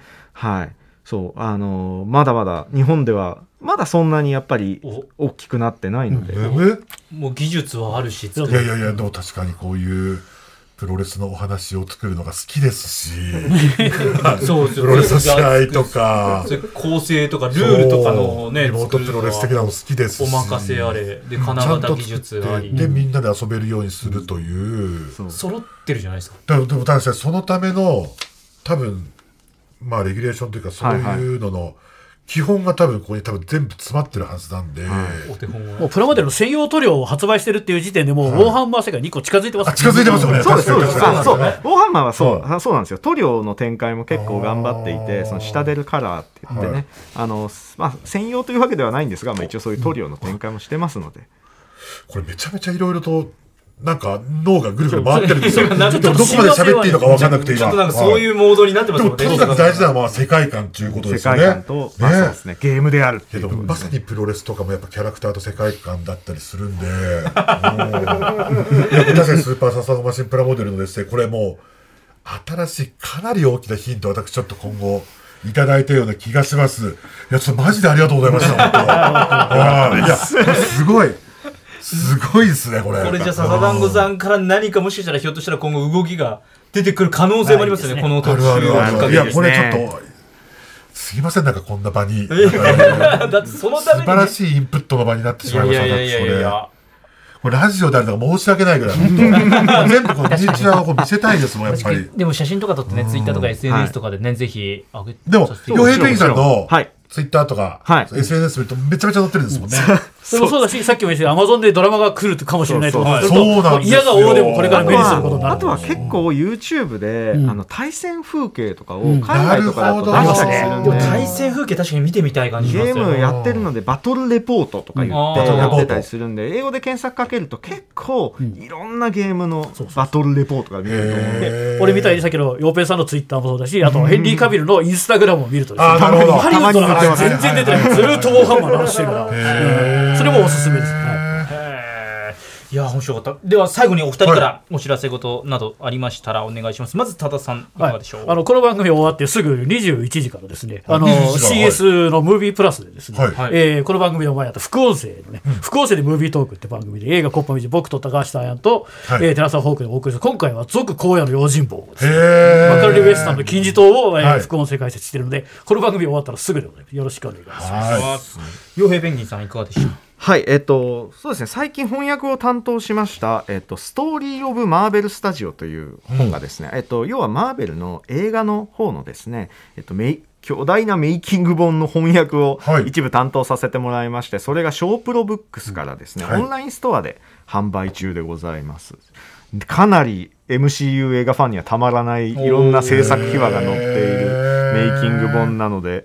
[SPEAKER 4] まだまだ日本ではまだそんなにやっぱり大きくなってないので、
[SPEAKER 2] もう技術はあるし、
[SPEAKER 1] いやでも確かにこういうプロレスのお話を作るのが好きですし
[SPEAKER 2] そう
[SPEAKER 1] プロレスの試合とか
[SPEAKER 2] 構成とかルールとかのね、
[SPEAKER 1] リモートプロレス的なの好きですし、
[SPEAKER 2] お任せあれで金型技術あり
[SPEAKER 1] でみんなで遊べるようにするという、
[SPEAKER 2] 揃ってるじゃないですか。
[SPEAKER 1] でも確かにそのための多分レギュレーションというかそういうのの基本が多分ここに全部詰まってるはずなんで、
[SPEAKER 2] お手本は
[SPEAKER 3] もうプラモデルの専用塗料を発売してるっていう時点でもうウォーハンマー世界に1個近づいてます、
[SPEAKER 1] 近づいてますよね。
[SPEAKER 4] そうです。ウォーハンマーはそうなんですよ。塗料の展開も結構頑張っていて、そのシタデルカラーって言ってね、専用というわけではないんですが、一応そういう塗料の展開もしてますので、
[SPEAKER 1] これめちゃめちゃいろいろとなんか脳がぐるぐる回ってるんですよ。どこまで喋っていいのか分からなくて、
[SPEAKER 2] ちょっとなんかそういうモードになってますもんね。
[SPEAKER 1] とにかく大事なのは世界観ということですよね。
[SPEAKER 4] 世界観と、そうですね、ゲームであるっていう。
[SPEAKER 1] まさにプロレスとかもやっぱキャラクターと世界観だったりするんで、確かにスーパーササゴマシンプラモデルのですね、これもう新しいかなり大きなヒントを私ちょっと今後いただいたような気がします。いや、ちょっとマジでありがとうございました。本当。いや、すごいですね、これ。
[SPEAKER 2] これじゃあ笹団子さんから何かもしかしたらひょっとしたら今後動きが出てくる可能性もありますよね、この特集をきっかけに。
[SPEAKER 1] いや、これちょっとすいません、なんかこんな場に
[SPEAKER 2] だってそのために、
[SPEAKER 1] 素晴らしいインプットの場になってしまいました。これラジオであるのが申し訳ないぐらい全部こうミニチュアを見せたいですもん、やっぱり。
[SPEAKER 2] でも写真とか撮ってね、ツイッターとか SNS とかでね、ぜひ上げて。
[SPEAKER 1] でも洋平ペンギンさんのツイッターとか SNS 見るとめちゃめちゃ載ってるんですもんね。
[SPEAKER 3] それもそうだし、さっきも言ったアマゾンでドラマが来るかもしれないと思うと、
[SPEAKER 1] そうなんですよ。
[SPEAKER 3] 嫌が応でもこれから目にすることになる。
[SPEAKER 4] あとは結構 YouTube で対戦風景とかを海外とかだと出したりするんで、
[SPEAKER 2] 対戦風景確かに見てみたい感じしますよ。
[SPEAKER 4] ゲームやってるのでバトルレポートとか言ってやってたりするんで、英語で検索かけると結構いろんなゲームのバトルレポートが見れると思うので、
[SPEAKER 3] 俺みたいにさっきのヨーペンさんのツイッターもそうだし、あとヘンリー・カビルのインスタグラムを見るとですね、ハリウッドの話全然出てない、ずっとウォーハンマーの話してるから、それもおすすめです。
[SPEAKER 2] いや、面白かった。では最後にお二人からお知らせ事などありましたらお願いします。まず多田さん、いかがでしょう。
[SPEAKER 3] この番組終わってすぐ21時からですね、CS のムービープラスでですね、この番組の前あと副音声のね、副音声でムービートークって番組で映画コッパミジ、僕と高橋大安と寺澤ホークでお送りする、今回は続荒野の用心棒ですね、マカルリウエスタンの金字塔を副音声解説しているので、この番組終わったらすぐでございます。よろしくお願いします。
[SPEAKER 2] 洋平ペンギンさんいかがでしょう。
[SPEAKER 4] はい、そうですね、最近翻訳を担当しました、ストーリー・オブ・マーベル・スタジオという本がですね、要はマーベルの映画の方のですね、巨大なメイキング本の翻訳を一部担当させてもらいまして、それがショープロブックスからですね、オンラインストアで販売中でございます。かなり MCU 映画ファンにはたまらないいろんな制作秘話が載っているメイキング本なので、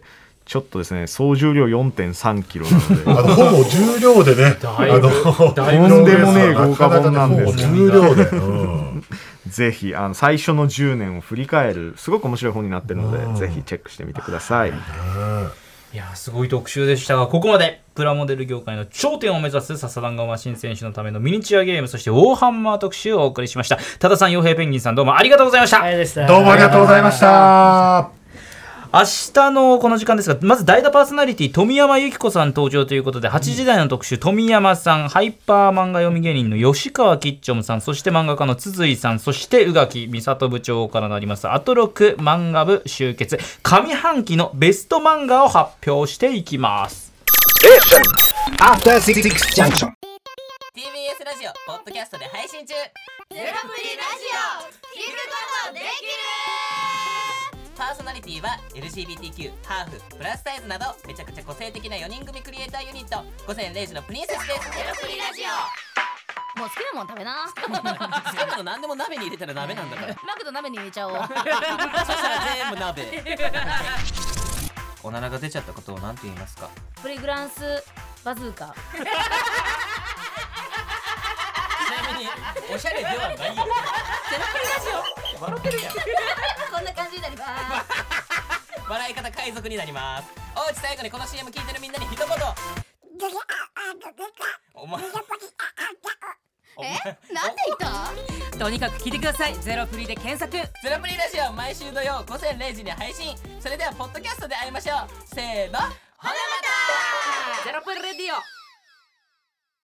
[SPEAKER 4] ちょっとですね、総重量 4.3 キロなので
[SPEAKER 1] ほぼ重量でね、
[SPEAKER 3] だいぶ
[SPEAKER 4] とんでもねえ豪華本なんです、
[SPEAKER 1] ほぼ重量で、
[SPEAKER 4] ぜひ最初の10年を振り返るすごく面白い本になってるので、ぜひチェックしてみてください。
[SPEAKER 2] いやすごい特集でしたが、ここまでプラモデル業界の頂点を目指す笹団子マシン選手のためのミニチュアゲーム、そしてウォーハンマー特集をお送りしました。多田さん、洋平ペンギンさん、どうもありがとうございました。
[SPEAKER 1] どうもありがとうございました。
[SPEAKER 2] 明日のこの時間ですが、まず代打パーソナリティ富山由紀子さん登場ということで、8時台の特集、富山さん、ハイパー漫画読み芸人の吉川キッチョムさん、そして漫画家の筒井さん、そして宇垣美里部長からなりますアトロク漫画部集結、上半期のベスト漫画を発表していきます。
[SPEAKER 5] After 66 Junction
[SPEAKER 6] TBS ラジオポッドキャストで配信中。ゼロプリラジオ聞くことできる。パーソナリティは LGBTQ、ハーフ、プラスサイズなどめちゃくちゃ個性的な4人組クリエイターユニット午前0時のプリンセスです。ゼロプリラジオ。もう好きなもん食べな。好きなの何でも鍋に入れたら鍋なんだから。マクド鍋に入れちゃおう。そしたら全部鍋。おならが出ちゃったことを何て言いますか？
[SPEAKER 7] プリグランスバズーカ。
[SPEAKER 6] ちなみにおしゃれではないよ。ゼロプリラジオ笑ってるやん。
[SPEAKER 7] こんな感じになります。
[SPEAKER 6] 笑い方海賊になります。おうち最後にこの CM 聞いてるみんなに一言。お前
[SPEAKER 7] なんで言った？
[SPEAKER 6] とにかく聞いてください。ゼロプリで検索。ゼロプリラジオ毎週土曜午前0時に配信。それではポッドキャストで会いましょう。せーの、ほなまた。ゼロプリレディオ。